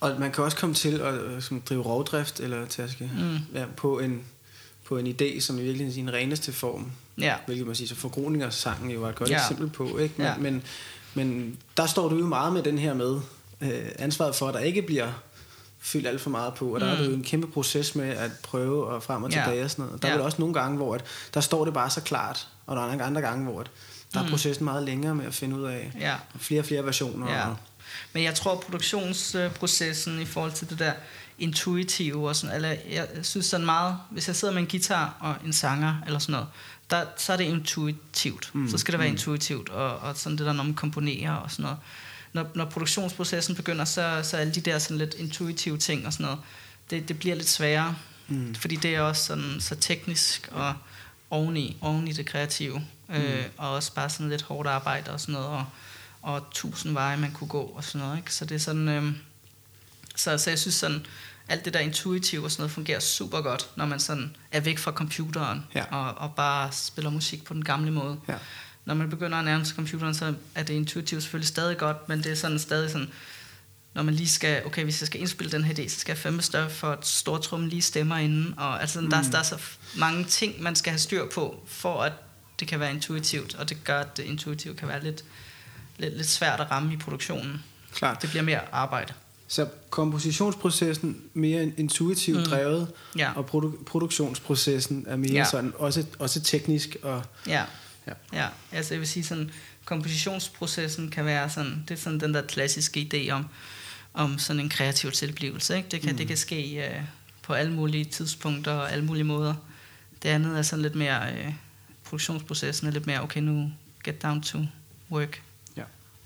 Og man kan også komme til at øh, som drive rovdrift eller taske mm. ja, på en på en idé, som i virkeligheden er sin reneste form. Ja. Hvilket man siger, så Forgroninger-sangen jo var et godt ja. eksempel på, ikke? Men, ja. men, men der står du jo meget med den her med øh, ansvaret for, at der ikke bliver fyldt alt for meget på, og der mm. er det jo en kæmpe proces med at prøve og frem og tilbage ja. og sådan noget. Der ja. er vel også nogle gange, hvor at, der står det bare så klart, og der er andre gange, hvor at, der mm. er processen meget længere med at finde ud af ja. flere og flere versioner. Ja. Og, men jeg tror, produktionsprocessen i forhold til det der intuitive og sådan, eller jeg synes sådan meget, hvis jeg sidder med en guitar og en sanger eller sådan noget, der, så er det intuitivt. Mm. Så skal det være mm. intuitivt, og, og sådan det der, når man komponerer og sådan noget. Når, når produktionsprocessen begynder, så, så alle de der sådan lidt intuitive ting og sådan noget, det, det bliver lidt sværere, mm. fordi det er også sådan så teknisk og oveni, oveni det kreative, mm. øh, og også bare sådan lidt hårdt arbejde og sådan noget, og, og tusind veje man kunne gå og sådan noget, ikke? Så det er sådan, øh, så, så jeg synes sådan, alt det der intuitive og sådan noget fungerer super godt, når man sådan er væk fra computeren ja. og, og bare spiller musik på den gamle måde. Ja. Når man begynder at nærme sig computeren, så er det intuitivt selvfølgelig stadig godt, men det er sådan stadig sådan, når man lige skal, okay, hvis jeg skal indspille den her idé, så skal jeg fandme større for at stortrummen lige stemmer inden, og altså mm. der, der er så mange ting, man skal have styr på, for at det kan være intuitivt, og det gør, at det intuitivt kan være lidt, lidt, lidt svært at ramme i produktionen. Klart. Det bliver mere arbejde. Så kompositionsprocessen mere intuitivt mm. drevet, ja. og produ- produktionsprocessen er mere ja. sådan, også, også teknisk. Og, ja. Ja. ja, altså jeg vil sige sådan, kompositionsprocessen kan være sådan, det er sådan den der klassiske idé om, om sådan en kreativ tilblivelse, ikke? Det kan, mm. det kan ske uh, på alle mulige tidspunkter og alle mulige måder. Det andet er sådan lidt mere, uh, produktionsprocessen er lidt mere, okay, nu get down to work. Ja,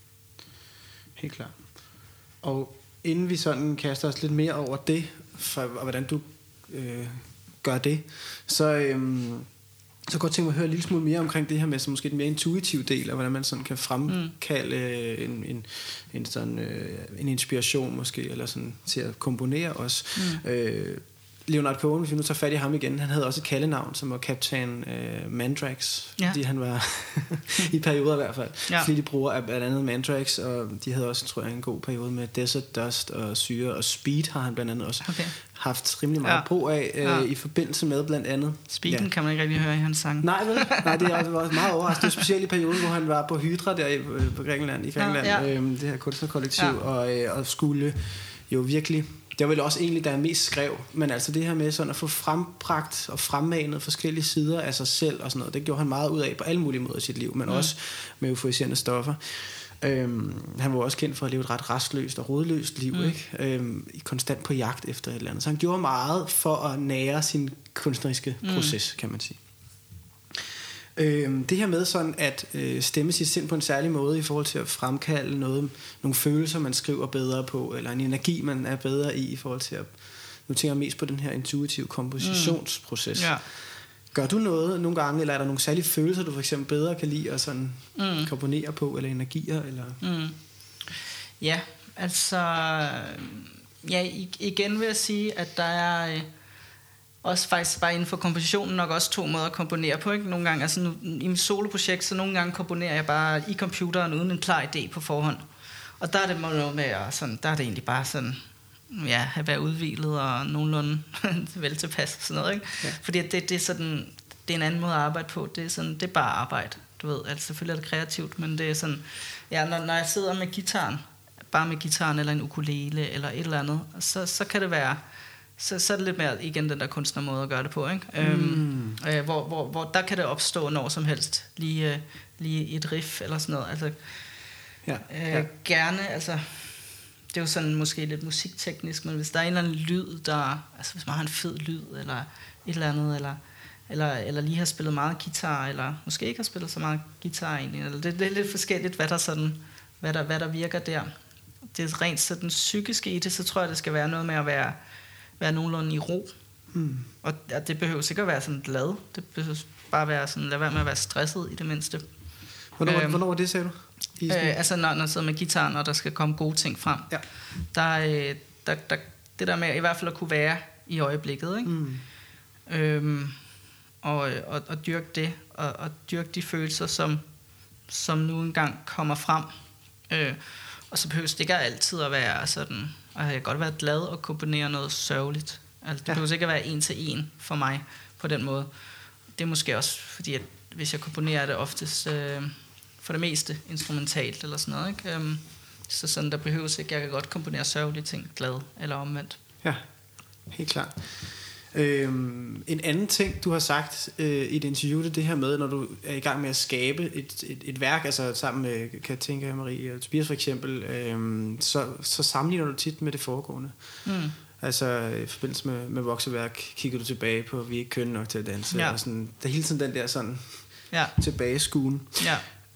helt klart. Og inden vi sådan kaster os lidt mere over det, for, og hvordan du øh, gør det, så, øhm, så godt tænke mig at høre en lille smule mere omkring det her med så måske den mere intuitive del, og hvordan man sådan kan fremkalde øh, en, en, en, sådan, øh, en inspiration måske, eller sådan til at komponere også. Mm. Øh, Leonard Cohen, hvis vi nu tager fat i ham igen, han havde også et kaldenavn, som var Kaptajn øh, Mandrax, ja. fordi han var i perioder i hvert fald ja. flittig bruger af blandt andet Mandrax, og de havde også, tror jeg, en god periode med Desert Dust og syre, og Speed har han blandt andet også okay. haft rimelig meget ja. brug af øh, ja. i forbindelse med blandt andet. Speeden ja. kan man ikke rigtig høre i hans sang. Nej, vel? Nej, det er også meget overraskende, specielt i perioden, hvor han var på Hydra der i, på Grækenland, i Grækenland, ja, ja. Øh, det her kunstnerkollektiv, ja. og, øh, og skulle jo virkelig. Det var vel også egentlig, der er mest skrev, men altså det her med sådan at få frembragt og fremmanet forskellige sider af sig selv og sådan noget, det gjorde han meget ud af på alle mulige måder i sit liv, men mm. også med euforiserende stoffer. Øhm, han var også kendt for at leve et ret restløst og rodløst liv, mm. ikke? Øhm, konstant på jagt efter et eller andet. Så han gjorde meget for at nære sin kunstneriske mm. proces, kan man sige. Øhm, det her med sådan at øh, stemme sit sind på en særlig måde i forhold til at fremkalde noget, nogle følelser man skriver bedre på, eller en energi man er bedre i i forhold til at, nu tænker jeg mest på den her intuitive kompositionsproces. Mm. Ja. Gør du noget nogle gange, eller er der nogle særlige følelser du for eksempel bedre kan lide at sådan mm. komponere på, eller energier eller? Mm. Ja, altså ja, igen vil jeg sige at der er også faktisk bare inden for kompositionen nok også to måder at komponere på, ikke? Nogle gange, altså nu, i mit soloprojekt, så nogle gange komponerer jeg bare i computeren uden en klar idé på forhånd. Og der er det noget med at sådan, der er det egentlig bare sådan, ja, at være udhvilet og nogenlunde vel tilpas og sådan noget, ikke? Ja. Fordi det, det er sådan, det er en anden måde at arbejde på. Det er sådan, det er bare arbejde, du ved. Altså selvfølgelig er det kreativt, men det er sådan, ja, når, når jeg sidder med gitaren, bare med gitaren eller en ukulele eller et eller andet, så, så kan det være Så, så er det lidt mere igen den der kunstnermåde at gøre det på, ikke? Mm. Øhm, øh, hvor, hvor, hvor der kan det opstå når som helst, lige, øh, lige et riff eller sådan noget. Altså, ja, øh, ja. Gerne, altså, det er jo sådan måske lidt musikteknisk, men hvis der er en eller anden lyd, der, altså hvis man har en fed lyd eller et eller andet, eller, eller, eller lige har spillet meget guitar, eller måske ikke har spillet så meget guitar egentlig, eller det, det er lidt forskelligt, hvad der sådan, hvad der, hvad der virker der. Det er rent sådan psykiske i det, så tror jeg, det skal være noget med at være være nogenlunde i ro. Mm. Og ja, det behøver sikkert være sådan glad. Det behøver bare være sådan, lad være med at være stresset i det mindste. Hvornår, øhm, hvornår var det, sagde du? Øh, altså når, når jeg sidder med gitaren, og der skal komme gode ting frem. Ja. Der, der, der, det der med i hvert fald at kunne være i øjeblikket, ikke? Mm. Øhm, og, og, og dyrke det, og, og dyrke de følelser, som, som nu engang kommer frem. Øh, Og så behøver det ikke altid at være sådan, og jeg kan godt være glad og komponere noget sørgeligt. Altså, det ja. behøver ikke at være en til en for mig på den måde. Det er måske også fordi, at hvis jeg komponerer det oftest øh, for det meste instrumentalt eller sådan noget, ikke? Um, så sådan, der behøves ikke, jeg kan godt komponere sørgelige ting, glad eller omvendt. Ja, helt klart. Øhm, en anden ting, du har sagt øh, i et interview, det er det her med, når du er i gang med at skabe et, et, et værk, altså sammen med Katinka, Marie og Tobias for eksempel, øh, så, så sammenligner du tit med det foregående. Mm. Altså i forbindelse med, med vokseværk kigger du tilbage på, vi er ikke kønne nok til at danse. Ja. Og sådan, der er hele tiden den der sådan ja. tilbageskuen. Ja.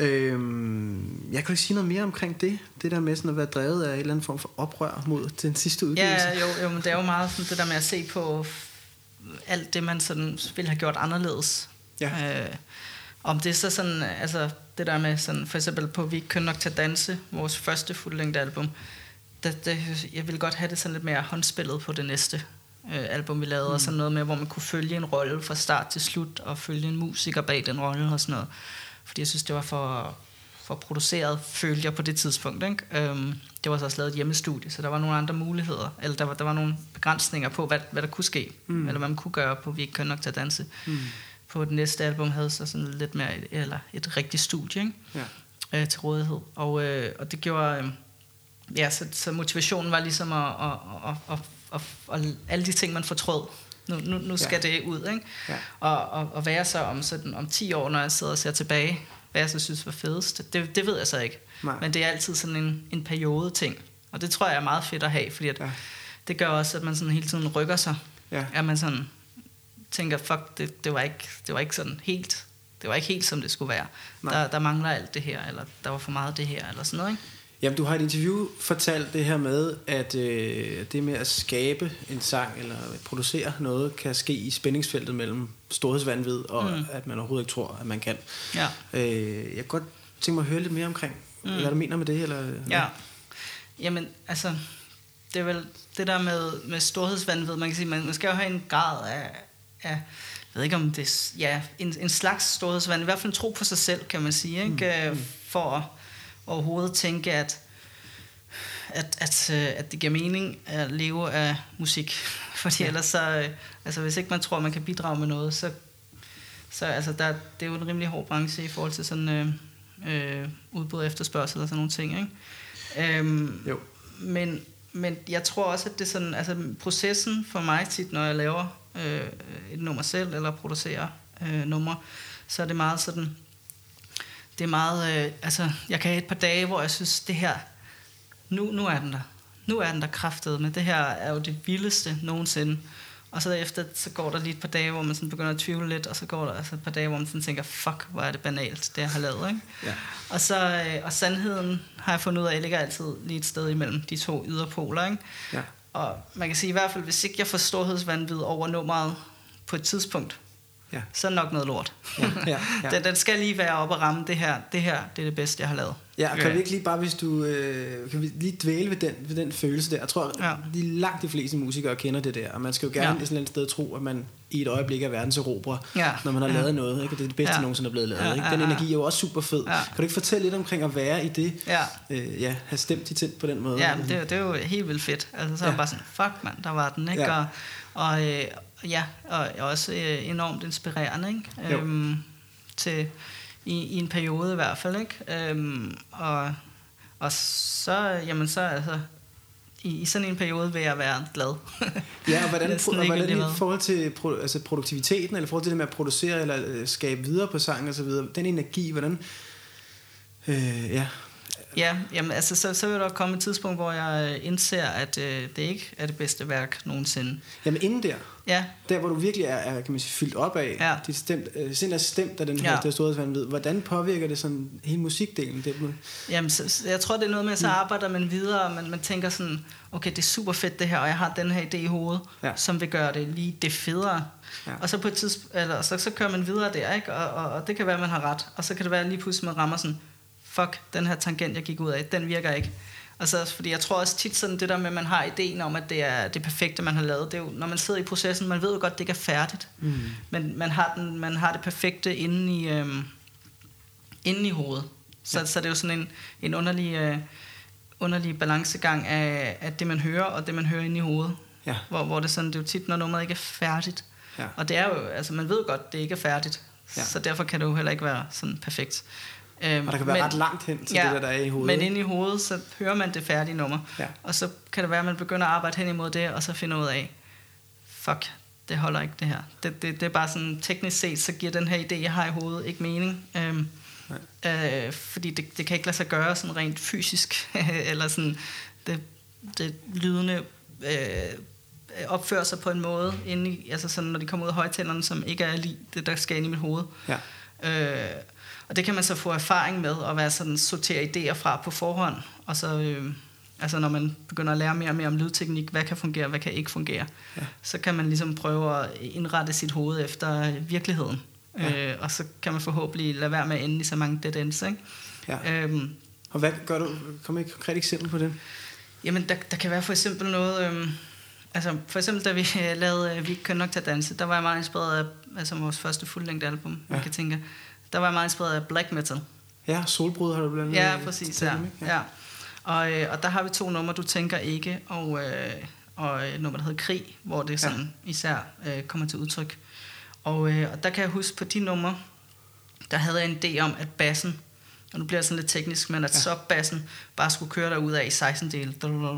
Øhm, jeg kan ikke sige noget mere omkring det. Det der med sådan at være drevet af en eller anden form for oprør mod den sidste udgivelse. Ja, jo, jo, men det er jo meget sådan det der med at se på alt det, man sådan ville have gjort anderledes. Ja. Øh, om det er så sådan, altså det der med sådan, for eksempel på Vi er ikke kønne nok til at danse, vores første fuldlængde album, det, det, jeg ville godt have det sådan lidt mere håndspillet på det næste øh, album, vi lavede, mm. og sådan noget med, hvor man kunne følge en rolle fra start til slut, og følge en musiker bag den rolle og sådan noget. Fordi jeg synes, det var for, for produceret, følte jeg på det tidspunkt, ikke? Øhm, det var så også lavet et hjemmestudie, så der var nogle andre muligheder, eller der var, der var nogle begrænsninger på, hvad, hvad der kunne ske, mm. eller hvad man kunne gøre på Vi er ikke kønne nok til at danse. Mm. På det næste album havde så sådan lidt mere, et, eller et rigtigt studie, ikke? Ja. Øh, til rådighed. Og, øh, og det gjorde, øh, ja, så, så motivationen var ligesom at, at, at, at, at, at, at alle de ting, man fortrød, nu, nu, nu skal ja. det ud, ikke? Ja. Og, og, og hvad jeg så om, sådan, om ti år, når jeg sidder og ser tilbage, hvad jeg så synes var fedest, det, det ved jeg så ikke. Nej. Men det er altid sådan en, en periode ting, og det tror jeg er meget fedt at have, fordi at ja. det gør også, at man sådan hele tiden rykker sig, ja. at man sådan tænker, fuck, det, det, var ikke, det var ikke sådan helt, det var ikke helt som det skulle være. Der, der mangler alt det her, eller der var for meget det her, eller sådan noget, ikke? Jamen, du har i et interview fortalt det her med, at øh, det med at skabe en sang eller producere noget, kan ske i spændingsfeltet mellem storhedsvanvid og mm. at man overhovedet ikke tror, at man kan. Ja. Øh, jeg kan godt tænke mig at høre lidt mere omkring, mm. hvad du mener med det. Eller, ja, jamen, altså, det er vel det der med, med storhedsvanvid, man kan sige, man, man skal jo have en grad af, af jeg ved ikke om det er, ja, en, en slags storhedsvanvid, i hvert fald en tro på sig selv, kan man sige, ikke? Mm. For at overhovedet tænke, at, at, at, at det giver mening at leve af musik. Fordi ja. ellers så, altså hvis ikke man tror, man kan bidrage med noget, så, så altså der, det er jo en rimelig hård branche i forhold til sådan øh, øh, udbud og efterspørgsel og sådan nogle ting, ikke? Øhm, jo. Men, men jeg tror også, at det er sådan, altså processen for mig tit, når jeg laver øh, et nummer selv, eller producerer øh, numre, så er det meget sådan, det er meget, øh, altså, jeg kan have et par dage, hvor jeg synes, det her, nu, nu er den der. Nu er den der kraftet, men det her er jo det vildeste nogensinde. Og så efter, så går der lige et par dage, hvor man sådan begynder at tvivle lidt, og så går der altså et par dage, hvor man sådan tænker, fuck, hvor er det banalt, det jeg har lavet, ikke? Ja. Og så, øh, og sandheden har jeg fundet ud af, at ligger altid lige et sted imellem de to yderpoler, ikke? Ja. Og man kan sige i hvert fald, hvis ikke jeg får storhedsvanvid over nummeret på et tidspunkt, ja. så er det nok noget lort. Ja, ja, ja. den, den skal lige være oppe og ramme det her. Det her, det er det bedste, jeg har lavet. Ja, og kan vi ikke lige bare, hvis du øh, kan vi lige dvæle ved den, ved den følelse der? Jeg tror, ja. de langt de fleste musikere kender det der, og man skal jo gerne ja. et eller sted tro, at man i et øjeblik er verdenserobre, ja. når man har ja. lavet noget, ikke? Og det er det bedste, ja. nogensinde er blevet lavet. Ja, ikke? Den ja, ja. energi er jo også super fed. Ja. Kan du ikke fortælle lidt omkring at være i det? Ja, øh, ja have stemt dit sind på den måde? Ja, det, det er jo helt vildt fedt. Altså, så ja. er bare sådan, fuck mand, der var den, ikke? Ja. Og, og øh, ja, og også øh, enormt inspirerende, ikke? Øhm, til, i, i en periode i hvert fald, ikke? Øhm, og, og så, jamen så, altså, i, i sådan en periode vil jeg være glad. Ja, og hvordan, og hvordan i forhold til pro, altså produktiviteten, eller i forhold til det med at producere, eller øh, skabe videre på sangen og så videre, den energi, hvordan, øh, ja... Ja, jamen, altså, så, så vil der komme et tidspunkt, hvor jeg indser, at øh, det ikke er det bedste værk nogensinde. Jamen inden der, ja. der hvor du virkelig er, er kan man sige, fyldt op af, ja. dit stemt, øh, sind er stemt af den her ja. storhedsvanvid, hvordan påvirker det sådan hele musikdelen? Det? Jamen, så, jeg tror, det er noget med, at så arbejder man videre, og man, man tænker sådan, okay, det er super fedt det her, og jeg har den her idé i hovedet, ja. som vil gøre det lige det federe. Ja. Og så på et tidspunkt, eller, så, så kører man videre der, ikke? Og, og, og det kan være, man har ret, og så kan det være lige pludselig, man rammer sådan, fuck, den her tangent, jeg gik ud af, den virker ikke. Altså, fordi jeg tror også tit sådan, det der med, at man har ideen om, at det er det perfekte, man har lavet, det er jo, når man sidder i processen, man ved jo godt, det ikke er færdigt. Mm. Men man har, den, man har det perfekte inde i, øhm, inde i hovedet. Så, ja. så det er jo sådan en, en underlig, øh, underlig balancegang af, af det, man hører, og det, man hører inde i hovedet. Ja. Hvor, hvor det, sådan, det er jo tit, når nummeret ikke er færdigt. Ja. Og det er jo, altså man ved godt, det ikke er færdigt. Ja. Så derfor kan det jo heller ikke være sådan perfekt. Øhm, og der kan være men, ret langt hen til ja, det, der, der er i hovedet. Men inde i hovedet, så hører man det færdige nummer. Ja. Og så kan det være, at man begynder at arbejde hen imod det, og så finder ud af, fuck, det holder ikke det her. Det, det, det er bare sådan, teknisk set, så giver den her idé, jeg har i hovedet, ikke mening. Øhm, øh, fordi det, det kan ikke lade sig gøre sådan rent fysisk, eller sådan, det, det lydende øh, opfører sig på en måde, inde i, altså sådan, når de kommer ud af højtalerne, som ikke er lige det, der skal ind i mit hoved. Ja. Øh, og det kan man så få erfaring med, at være sådan, sortere idéer fra på forhånd, og så... Øh, altså når man begynder at lære mere og mere om lydteknik, hvad kan fungere, hvad kan ikke fungere, ja. Så kan man ligesom prøve at indrette sit hoved efter virkeligheden. Ja. Øh, og så kan man forhåbentlig lade være med at ende i så mange dead ends, ikke? Ja. Øhm, og hvad gør du? Kom med et konkret eksempel på det. Jamen, der, der kan være for eksempel noget... Øhm, altså, for eksempel, da vi lavede Vi kan nok til at danse, der var jeg meget inspireret af altså vores første fuldlængde album, ja. Man kan tænke. Der var jeg meget inspireret af black metal. Ja, Solbrud har du blandt andet. Ja, præcis, ja. ja. Og, øh, og der har vi to numre, Du tænker ikke, og, øh, og et nummer, der hedder Krig, hvor det sådan ja. især øh, kommer til udtryk. Og, øh, og der kan jeg huske, på de numre, der havde jeg en idé om, at bassen, og nu bliver det sådan lidt teknisk, men at ja. subbassen bare skulle køre derud af i seksten dele.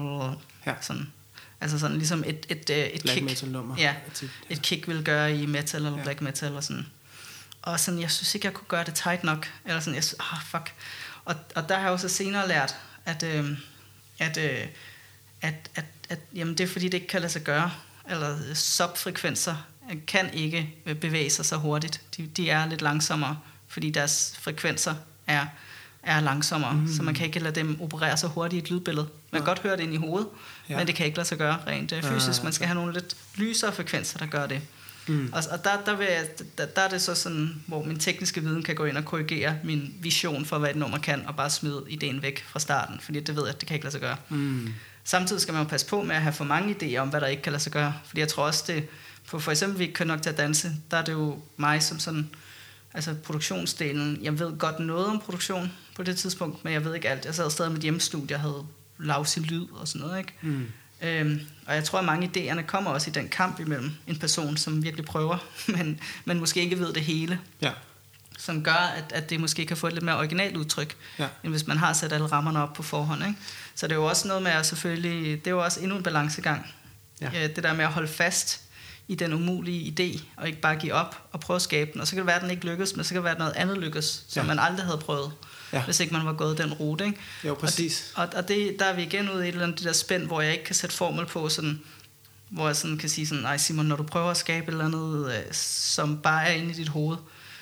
Ja. Sådan. Altså sådan ligesom et, et, et, et black kick. Metal nummer. Ja, et kick vil gøre i metal eller ja. black metal og sådan. Og sådan, jeg synes ikke, jeg kunne gøre det tight nok. Eller sådan, jeg synes, ah, fuck. Og, og der har jeg også senere lært, at, øh, at, øh, at, at, at jamen det er fordi, det ikke kan lade sig gøre. Eller subfrekvenser kan ikke bevæge sig så hurtigt. De, de er lidt langsommere, fordi deres frekvenser er, er langsommere. Mm. Så man kan ikke lade dem operere så hurtigt i et lydbillede. Man kan ja. godt høre det ind i hovedet, ja. men det kan ikke lade sig gøre rent øh, fysisk. Man skal have nogle lidt lysere frekvenser, der gør det. Mm. Og, og der, der, vil jeg, der, der er det så sådan, hvor min tekniske viden kan gå ind og korrigere min vision for, hvad et nummer kan, og bare smide ideen væk fra starten, fordi det ved jeg, at det kan ikke lade sig gøre. Mm. Samtidig skal man jo passe på med at have for mange idéer om, hvad der ikke kan lade sig gøre, fordi jeg tror også, det for, for eksempel, Vi kan nok til at danse, der er det jo mig som sådan, altså produktionsdelen, jeg ved godt noget om produktion på det tidspunkt, men jeg ved ikke alt. Jeg sad stadig med et hjemmestudie, jeg havde lavt lyd og sådan noget, ikke? Mm. Øhm, og jeg tror, at mange idéerne kommer også i den kamp imellem en person, som virkelig prøver, men, men måske ikke ved det hele. Ja. Som gør, at, at det måske kan få et lidt mere originalt udtryk, ja. end hvis man har sat alle rammerne op på forhånd. Ikke? Så det er jo også noget med at selvfølgelig, det er jo også endnu en balancegang. Ja. Det der med at holde fast i den umulige idé, og ikke bare give op og prøve at skabe den. Og så kan det være, at den ikke lykkes, men så kan det være, at noget andet lykkes, som ja. man aldrig havde prøvet. Ja. Hvis ikke man var gået den rute, ikke? Jo, præcis. Og, og det, der er vi igen ude i et eller andet det der spænd, hvor jeg ikke kan sætte formel på, sådan, hvor jeg sådan kan sige sådan, nej Simon, når du prøver at skabe et eller andet, øh, som bare er inde i dit hoved,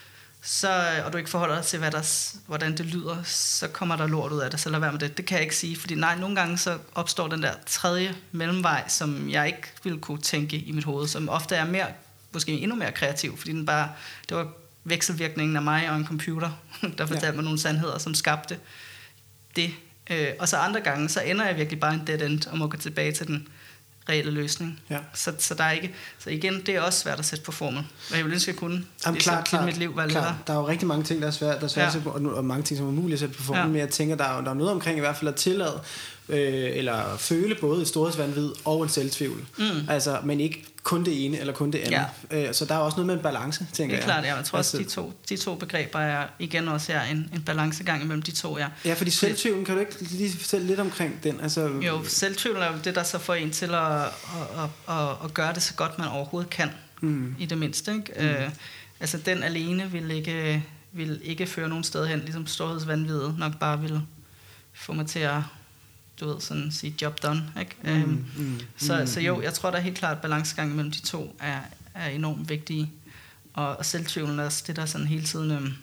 så, og du ikke forholder dig til, hvad der, hvordan det lyder, så kommer der lort ud af det, så lad være med det. Det kan jeg ikke sige, fordi nej, nogle gange så opstår den der tredje mellemvej, som jeg ikke ville kunne tænke i mit hoved, som ofte er mere, måske endnu mere kreativ, fordi den bare, det var vekselvirkningen af mig og en computer, der fortalte ja. mig nogle sandheder, som skabte det. Øh, og så andre gange, så ender jeg virkelig bare en dead end, og må gå tilbage til den reelle løsning. Ja. Så, så der er ikke, så igen, det er også svært at sætte på formel. Og jeg vil ønske, at jeg kunne. Jamen, det klar, klar, mit liv var klar. Der er jo rigtig mange ting, der er svært, der er svært ja. at sætte på, og mange ting, som er muligt at sætte på formel, ja. men jeg tænker, der er, der er noget omkring i hvert fald at tillade, øh, eller føle både et storhedsvanvid og en selvtvivl. Mm. Altså, men ikke kun det ene eller kun det andet. Ja. Øh, så der er også noget med en balance, tænker jeg. Det er jeg. klart, ja. Jeg tror altså, også, de to, de to begreber er igen også her en, en balancegang imellem de to, ja. Ja, fordi selvtvivlen, kan du ikke lige fortælle lidt omkring den? Altså, jo, selvtvivlen er jo det, der så får en til at, at, at, at, at gøre det så godt, man overhovedet kan, mm. i det mindste, ikke? Mm. Øh, altså, den alene vil ikke, vil ikke føre nogen sted hen, ligesom storhedsvanvidet nok bare vil få mig til at du ved, sådan sige job done, ikke? Mm, øhm, mm, så, mm, så jo, jeg tror, der er helt klart balancegang mellem de to er, er enormt vigtige, og, og selvtvivlen er det, der sådan hele tiden øhm,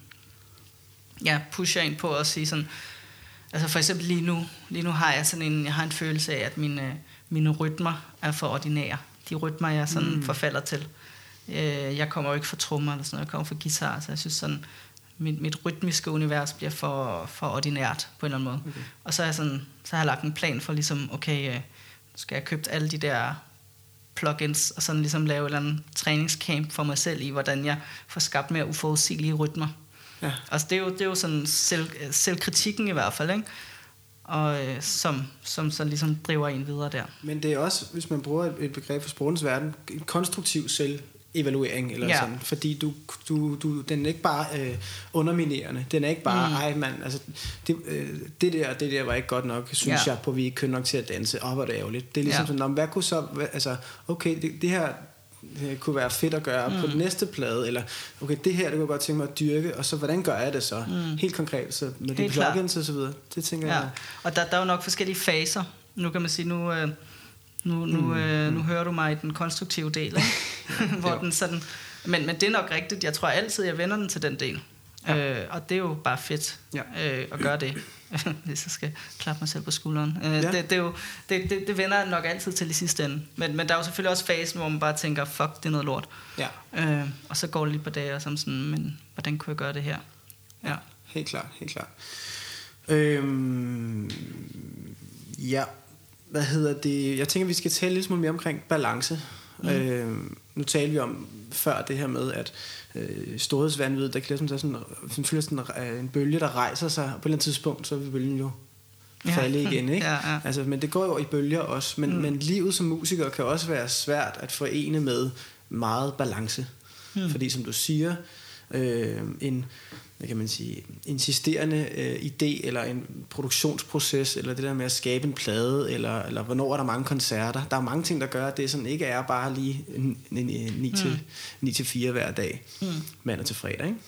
ja, pusher ind på at sige sådan, altså for eksempel lige nu, lige nu har jeg sådan en, jeg har en følelse af, at mine, mine rytmer er for ordinære. De rytmer, jeg sådan mm. forfalder til. Øh, jeg kommer jo ikke fra trommer eller sådan noget, jeg kommer fra guitar, så jeg synes sådan, Mit, mit rytmiske univers bliver for, for ordinært på en eller anden måde. Okay. Og så har jeg sådan, så har jeg lagt en plan for ligesom, okay, øh, skal jeg købe alle de der plugins, og sådan ligesom lave et eller andet træningscamp for mig selv i, hvordan jeg får skabt mere uforudsigelige rytmer. Ja. Altså det er jo, det er jo sådan selv, selvkritikken i hvert fald, ikke? og øh, som, som så ligesom driver en videre der. Men det er også, hvis man bruger et begreb for sprogens verden, en konstruktiv selvevaluering eller ja. sådan, fordi du, du, du, den er ikke bare øh, underminerende, den er ikke bare, mm. ej mand, altså, det, øh, det der det der var ikke godt nok, synes ja. jeg, på vi ikke kønner nok til at danse, åh, hvor er det ærgerligt. Det er ligesom ja. sådan, hvad kunne så, altså, okay, det, det her det kunne være fedt at gøre mm. på den næste plade, eller okay, det her, det kunne jeg godt tænke mig at dyrke, og så hvordan gør jeg det så? Mm. Helt konkret, så med de plugins og så videre. Det tænker ja. jeg. Og der, der er jo nok forskellige faser. Nu kan man sige, nu, øh, nu, nu, mm. øh, nu hører du mig i den konstruktive del, ikke? Hvor den sådan, men, men det er nok rigtigt. Jeg tror altid, jeg vender den til den del. Ja. Øh, og det er jo bare fedt ja. øh, at gøre det. Hvis jeg skal klappe mig selv på skulderen. Øh, ja. det, det, er jo, det, det, det vender nok altid til i sidste ende. Men, men der er jo selvfølgelig også fasen, hvor man bare tænker, fuck, det er noget lort. Ja. Øh, og så går det lige på dage, og som sådan, men hvordan kunne jeg gøre det her? Ja, helt klart, helt klart. Øhm, ja, hvad hedder det? Jeg tænker, vi skal tale lidt mere omkring balance. Mm. Øhm, nu talte vi om før det her med, at øh, storhedsvanvid, der kan sådan, sådan, sådan, sådan en bølge, der rejser sig, og på et eller andet tidspunkt, så vil bølgen jo falde ja. igen, ikke? Ja, ja. Altså, men det går jo i bølger også, men, mm. men livet som musiker kan også være svært at forene med meget balance, mm. fordi som du siger, øh, en hvad kan man sige, insisterende øh, idé, eller en produktionsproces, eller det der med at skabe en plade, eller, eller hvornår er der mange koncerter. Der er mange ting, der gør, at det sådan ikke er bare lige ni til fire hver dag, mm. mandag til fredag, ikke?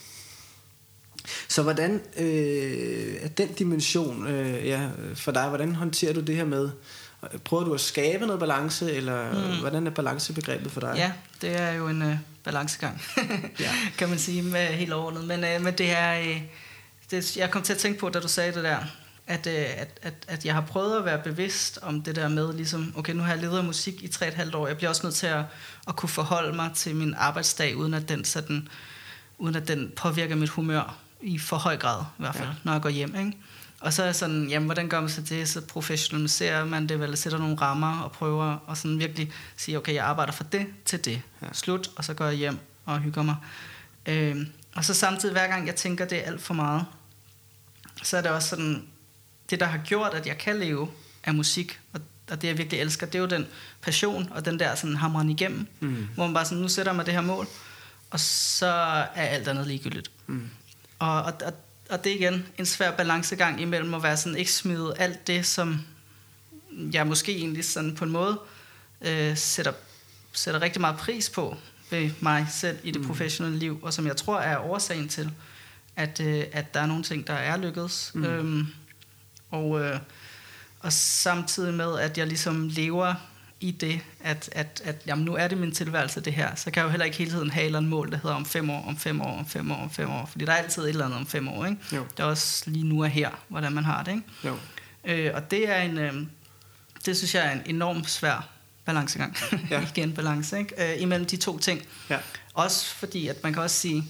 Så hvordan øh, er den dimension øh, ja, for dig, hvordan håndterer du det her med, prøver du at skabe noget balance, eller mm. hvordan er balancebegrebet for dig? Ja, det er jo en øh, balancegang, ja. kan man sige, med helt overordnet. Men, øh, men det er, øh, det, jeg kom til at tænke på, da du sagde det der, at, øh, at, at, at jeg har prøvet at være bevidst om det der med, ligesom, okay, nu har jeg levet af musik i tre og et halvt år, jeg bliver også nødt til at, at kunne forholde mig til min arbejdsdag, uden at den, sådan, uden at den påvirker mit humør i for høj grad, i hvert fald, ja. når jeg går hjem, ikke? Og så er jeg sådan, jamen, hvordan gør man så det? Så professionaliserer man det vel, sætter nogle rammer og prøver at sådan virkelig sige, okay, jeg arbejder fra det til det. Ja. Slut, og så går jeg hjem og hygger mig. Øhm, og så samtidig, hver gang jeg tænker, det er alt for meget, så er det også sådan, det der har gjort, at jeg kan leve af musik, og, og det jeg virkelig elsker, det er jo den passion, og den der sådan hamren igennem, mm. hvor man bare sådan, nu sætter man det her mål, og så er alt andet ligegyldigt. Mm. Og, og, og Og det er igen en svær balancegang imellem at være sådan, ikke smide alt det, som jeg måske egentlig sådan på en måde øh, sætter, sætter rigtig meget pris på ved mig selv i det mm. professionelle liv, og som jeg tror er årsagen til, at, øh, at der er nogle ting, der er lykkedes. Mm. Øhm, og, øh, og samtidig med, at jeg ligesom lever i det, at, at, at jamen, nu er det min tilværelse det her, så kan jeg jo heller ikke hele tiden have en mål, der hedder om fem år, om fem år, om fem år, om fem år, fordi der er altid et eller andet om fem år, ikke? Jo. Der er også lige nu og her, hvordan man har det, ikke? Jo. Øh, og det er en, øh, det synes jeg er en enormt svær balancegang, ja. igen balance, ikke? Øh, imellem de to ting. Ja. Også fordi, at man kan også sige,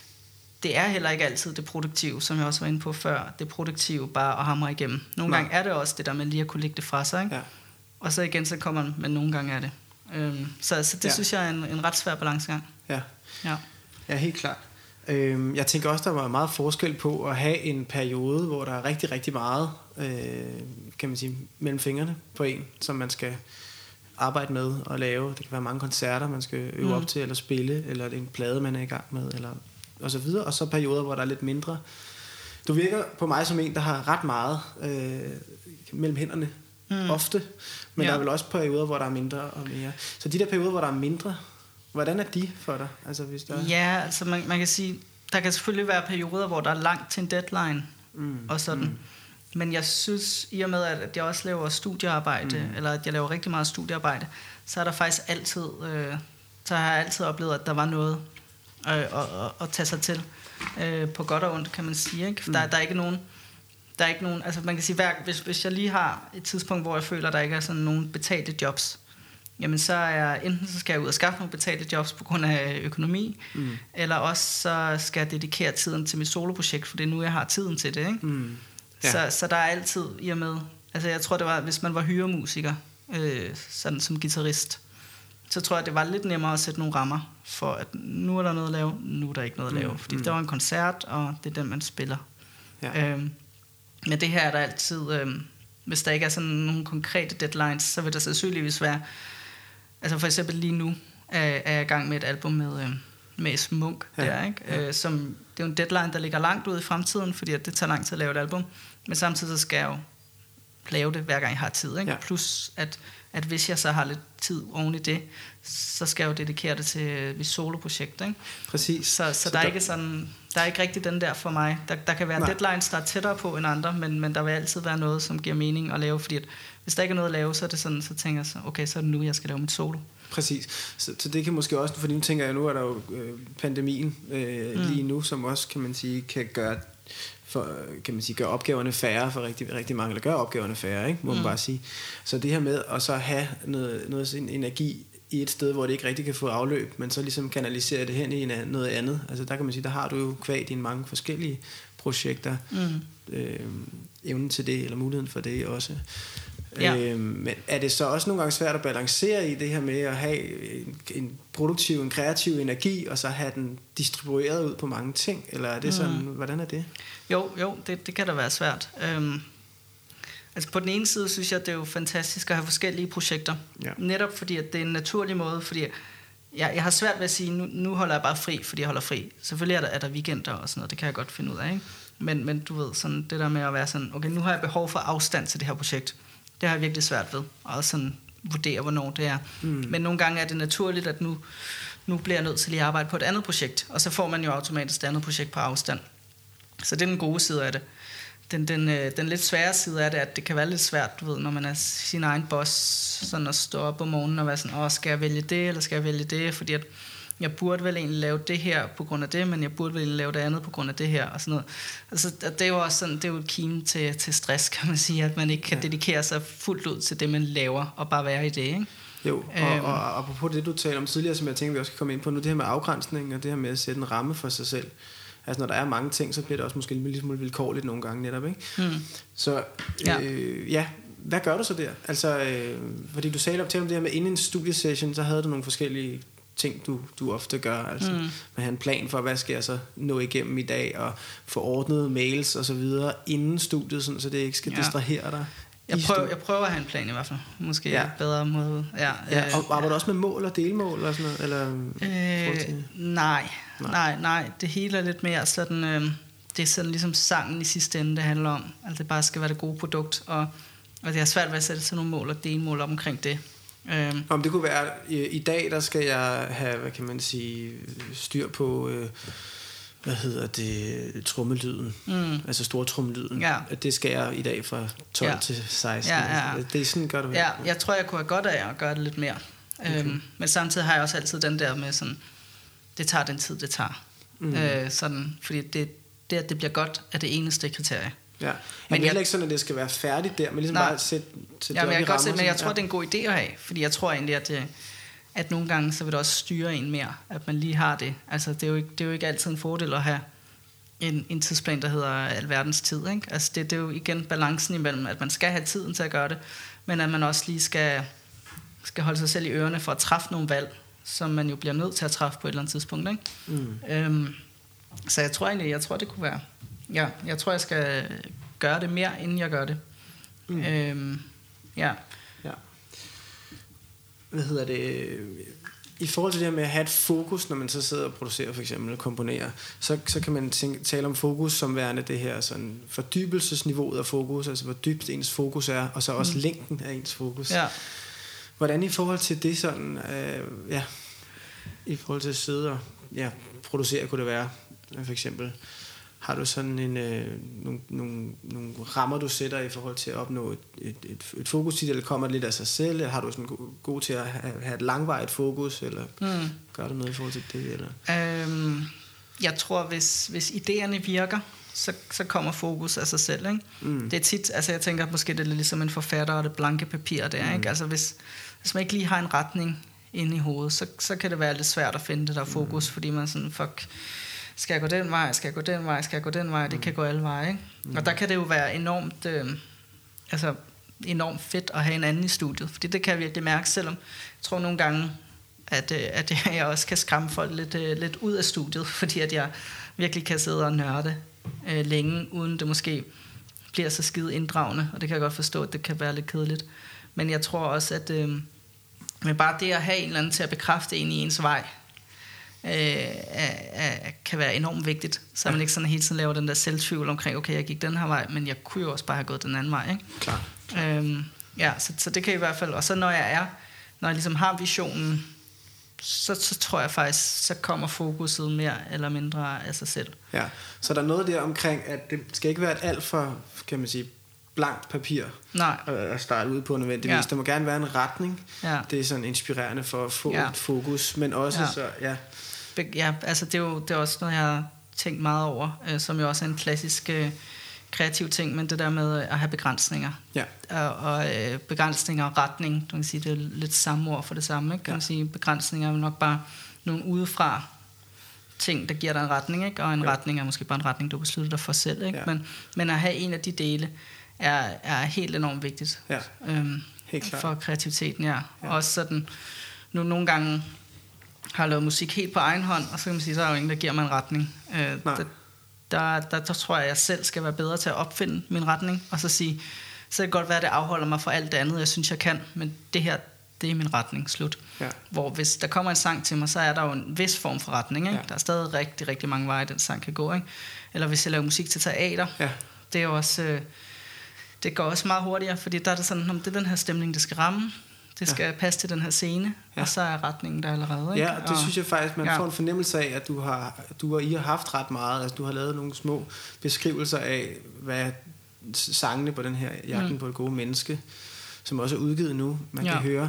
det er heller ikke altid det produktive, som jeg også var inde på før, det produktive bare at hamre igennem. Nogle Nej. gange er det også det der med lige at kunne lægge det fra sig, ikke? Ja. Og så igen, så kommer man, men nogle gange er det. Øhm, så, så det ja. synes jeg er en, en ret svær balancegang. Ja, ja. ja helt klart. Øhm, jeg tænker også, der var meget forskel på at have en periode, hvor der er rigtig, rigtig meget, øh, kan man sige, mellem fingrene på en, som man skal arbejde med og lave. Det kan være mange koncerter, man skal øve mm. op til, eller spille, eller det er en plade, man er i gang med, eller, og så videre. Og så perioder, hvor der er lidt mindre. Du virker på mig som en, der har ret meget øh, mellem hænderne. Mm. Ofte, men ja. der er vel også perioder, hvor der er mindre og mere. Så de der perioder, hvor der er mindre, hvordan er de for dig? Altså, hvis der... Ja, altså man, man kan sige, der kan selvfølgelig være perioder, hvor der er langt til en deadline, mm. og sådan. Mm. Men jeg synes, i og med, at jeg også laver studiearbejde, mm. eller at jeg laver rigtig meget studiearbejde, så er der faktisk altid, øh, så har jeg altid oplevet, at der var noget øh, at, at, at tage sig til. Øh, på godt og ondt, kan man sige. Ikke? For mm. der, der er ikke nogen... Der er ikke nogen, altså man kan sige, hver, hvis, hvis jeg lige har et tidspunkt, hvor jeg føler, at der ikke er sådan nogen betalte jobs, jamen så er jeg, enten så skal jeg ud og skaffe nogle betalte jobs på grund af økonomi, mm. eller også så skal jeg dedikere tiden til mit soloprojekt, for det er nu, jeg har tiden til det, ikke? Mm. Ja. Så, så der er altid i og med, altså jeg tror, det var, hvis man var hyremusiker, øh, sådan som guitarist, så tror jeg, det var lidt nemmere at sætte nogle rammer, for at nu er der noget at lave, nu er der ikke noget at lave, mm. fordi mm. der var en koncert, og det er den, man spiller. Ja. Øhm, Men det her er der altid, øh, hvis der ikke er sådan nogle konkrete deadlines, så vil der sandsynligvis være, altså for eksempel lige nu er, er jeg i gang med et album med, øh, med Esben Munk, ja, der, ikke? Ja. Øh, som, det er jo en deadline, der ligger langt ude i fremtiden, fordi at det tager lang tid at lave et album, men samtidig så skal jeg jo lave det, hver gang jeg har tid, ikke? Ja. Plus at, at hvis jeg så har lidt tid oven i det, så skal jeg jo dedikere det til mit soloprojekt, ikke? Præcis. Så, så, så der, der er ikke sådan, der er ikke rigtig den der for mig. Der, der kan være Nej. deadlines, der er tættere på end andre, men, men der vil altid være noget, som giver mening at lave, fordi at, hvis der ikke er noget at lave, så er det sådan, så tænker jeg så, okay, så er det nu, jeg skal lave mit solo. Præcis. Så, så det kan måske også, fordi nu tænker jeg, nu er der jo øh, pandemien øh, mm. lige nu, som også, kan man sige, kan gøre for, kan man sige, gøre opgaverne færre for rigtig, rigtig mange, eller gøre opgaverne færre, ikke? Må mm. man bare sige. Så det her med at så have noget, noget sin energi i et sted, hvor det ikke rigtig kan få afløb, men så ligesom kanalisere det hen i noget andet. Altså der kan man sige, der har du jo kvad dine mange forskellige projekter, mm. øh, evnen til det, eller muligheden for det også. Ja. Øh, men er det så også nogle gange svært at balancere i det her med at have en, en produktiv, en kreativ energi, og så have den distribueret ud på mange ting, eller er det sådan, mm. hvordan er det? Jo, jo, det, det kan da være svært. Øhm, altså på den ene side synes jeg, det er jo fantastisk at have forskellige projekter, ja. Netop fordi at det er en naturlig måde, fordi jeg, jeg har svært ved at sige, nu, nu holder jeg bare fri, fordi jeg holder fri. Selvfølgelig er der, er der weekender og sådan noget, det kan jeg godt finde ud af, ikke? Men, men du ved, sådan det der med at være sådan, okay, nu har jeg behov for afstand til det her projekt. Det har jeg virkelig svært ved, og sådan vurdere, hvornår det er. Mm. Men nogle gange er det naturligt, at nu, nu bliver jeg nødt til lige at arbejde på et andet projekt, og så får man jo automatisk et andet projekt på afstand. Så det er den gode side af det. Den, den, den lidt svære side af det, at det kan være lidt svært, du ved, når man er sin egen boss, sådan at stå op om morgenen og være sådan, åh, skal jeg vælge det, eller skal jeg vælge det, fordi at jeg burde vel egentlig lave det her på grund af det, men jeg burde vel lave det andet på grund af det her, og sådan noget. Altså, det er jo også sådan, det er jo et kim til, til stress, kan man sige, at man ikke kan ja. dedikere sig fuldt ud til det, man laver, og bare være i det, ikke? Jo, og, øhm. og, og apropos det, du talte om tidligere, som jeg tænker, vi også skal komme ind på nu, det her med afgrænsning, og det her med at sætte en ramme for sig selv. Altså, når der er mange ting, så bliver det også måske lidt smule vilkårligt nogle gange netop, ikke? Mm. Så, øh, ja. ja, hvad gør du så der? Altså, øh, fordi du sagde op til om det her med inden en studiesession, så havde du nogle forskellige ting, du, du ofte gør, altså mm. man har en plan for, hvad skal jeg så nå igennem i dag, og få ordnet mails og så videre inden studiet, sådan, så det ikke skal ja. distrahere dig. Jeg prøver, jeg prøver at have en plan i hvert fald. Måske ja. bedre måde. Ja, ja, og arbejder du også med mål og delmål og sådan noget? Eller, øh, nej, nej, nej, nej. Det hele er lidt mere sådan, øh, det er sådan ligesom sangen i sidste ende, det handler om. Altså det bare skal være det gode produkt, og, og det er svært ved at sætte sådan nogle mål og delmål op omkring det. Um, Om det kunne være i, i dag, der skal jeg have, hvad kan man sige, styr på øh, hvad hedder det, trommelyden, mm. altså stortrommelyden. Ja. Det skal jeg i dag fra tolv ja. til seksten. Ja, ja. Det er sådan gør det. Ja, jeg tror jeg kunne have godt af at gøre det lidt mere. Okay. Um, men samtidig har jeg også altid den der med sådan, det tager den tid det tager. Mm. Uh, sådan, fordi det, det at det bliver godt er det eneste kriterie. Ja. Men det er heller ikke sådan, at det skal være færdigt der, men ligesom nej. bare sætte, sætte ja, men det jeg op i rammer. Sætte, men jeg tror, ja. det er en god idé at have, fordi jeg tror egentlig, at, det, at nogle gange, så vil det også styre en mere, at man lige har det. Altså, det er jo ikke, det er jo ikke altid en fordel at have en, en tidsplan, der hedder alverdens tid, ikke? Altså, det, det er jo igen balancen imellem, at man skal have tiden til at gøre det, men at man også lige skal, skal holde sig selv i ørerne for at træffe nogle valg, som man jo bliver nødt til at træffe på et eller andet tidspunkt, ikke? Mm. Øhm, så jeg tror egentlig, jeg tror, det kunne være... Ja, jeg tror, jeg skal gøre det mere, inden jeg gør det. Mm. Øhm, ja. ja. Hvad hedder det? I forhold til det her med at have et fokus, når man så sidder og producerer for eksempel, eller komponerer, så, så kan man tænke, tale om fokus som værende det her sådan fordybelsesniveauet af fokus, altså hvor dybt ens fokus er, og så også mm. længden af ens fokus. Ja. Hvordan i forhold til det sådan, øh, ja, i forhold til at sidde og ja, producere, kunne det være, for eksempel, har du sådan en, øh, nogle, nogle, nogle rammer, du sætter i forhold til at opnå et, et, et, et fokus, eller kommer det lidt af sig selv, eller har du sådan god, god til at have, have et langvarigt fokus, eller mm. gør du noget i forhold til det? Eller? Øhm, jeg tror, hvis, hvis idéerne virker, så, så kommer fokus af sig selv, ikke? Mm. Det er tit, altså jeg tænker måske, det er lidt ligesom en forfatter og det blanke papir der, mm. ikke? Altså hvis, hvis man ikke lige har en retning inde i hovedet, så, så kan det være lidt svært at finde det der fokus, mm. fordi man sådan, fuck, skal jeg gå den vej, skal jeg gå den vej, skal jeg gå den vej, det mm. kan gå alle veje, ikke? Mm. Og der kan det jo være enormt, øh, altså enormt fedt at have en anden i studiet, fordi det kan jeg virkelig mærke, selvom jeg tror nogle gange, at, øh, at jeg også kan skræmme folk lidt, øh, lidt ud af studiet, fordi at jeg virkelig kan sidde og nørde øh, længe, uden det måske bliver så skide inddragende, og det kan jeg godt forstå, at det kan være lidt kedeligt. Men jeg tror også, at øh, men bare det at have en eller anden til at bekræfte en i ens vej, øh, er, er, kan være enormt vigtigt, så man ikke sådan hele tiden laver den der selvtvivl omkring, okay, jeg gik den her vej, men jeg kunne jo også bare have gået den anden vej, ikke? Klar. Øhm, ja, så, så det kan i hvert fald, og så når jeg er, når jeg ligesom har visionen, så, så tror jeg faktisk, så kommer fokuset mere eller mindre af sig selv. Ja, så der er noget der omkring, at det skal ikke være et alt for, kan man sige, blankt papir. Nej. At starte ud på nødvendigvis. Ja. Der må gerne være en retning. Ja. Det er sådan inspirerende for at få Ja. et fokus, men også Ja. så, ja. Be- Ja, altså det er jo det er også noget, jeg har tænkt meget over, øh, som jo også er en klassisk øh, kreativ ting, men det der med at have begrænsninger. Ja. Og, og øh, begrænsninger og retning, du kan sige, det er lidt samme ord for det samme, ikke? Kan Ja. man sige, begrænsninger er jo nok bare nogle udefra ting, der giver dig en retning, ikke? Og en Jo. retning er måske bare en retning, du beslutter dig for selv, ikke? Ja. Men, men at have en af de dele er, er helt enormt vigtigt. Ja. Øhm, Helt klart. for kreativiteten, ja. Ja. Også sådan, nu nogle gange har jeg lavet musik helt på egen hånd, og så kan man sige, så er der jo ingen, der giver mig en retning. Øh, Nej. der, der, der, der tror jeg, at jeg selv skal være bedre til at opfinde min retning, og så sige, så kan det godt være, at det afholder mig fra alt det andet, jeg synes, jeg kan, men det her, det er min retning, slut. Ja. Hvor hvis der kommer en sang til mig, så er der jo en vis form for retning, ikke? Ja. Der er stadig rigtig, rigtig mange veje, den sang kan gå, ikke? Eller hvis jeg laver musik til teater, Ja. det er jo også... Øh, det går også meget hurtigere, fordi der er det sådan, om det er den her stemning, det skal ramme, det skal ja. passe til den her scene, Ja. og så er retningen der allerede. Ikke? Ja, det og, synes jeg faktisk, man ja. får en fornemmelse af, at du har, du og I har haft ret meget. Altså, du har lavet nogle små beskrivelser af, hvad sangene på den her Jagten Mm. på det gode menneske, som også er udgivet nu, man Ja. kan høre.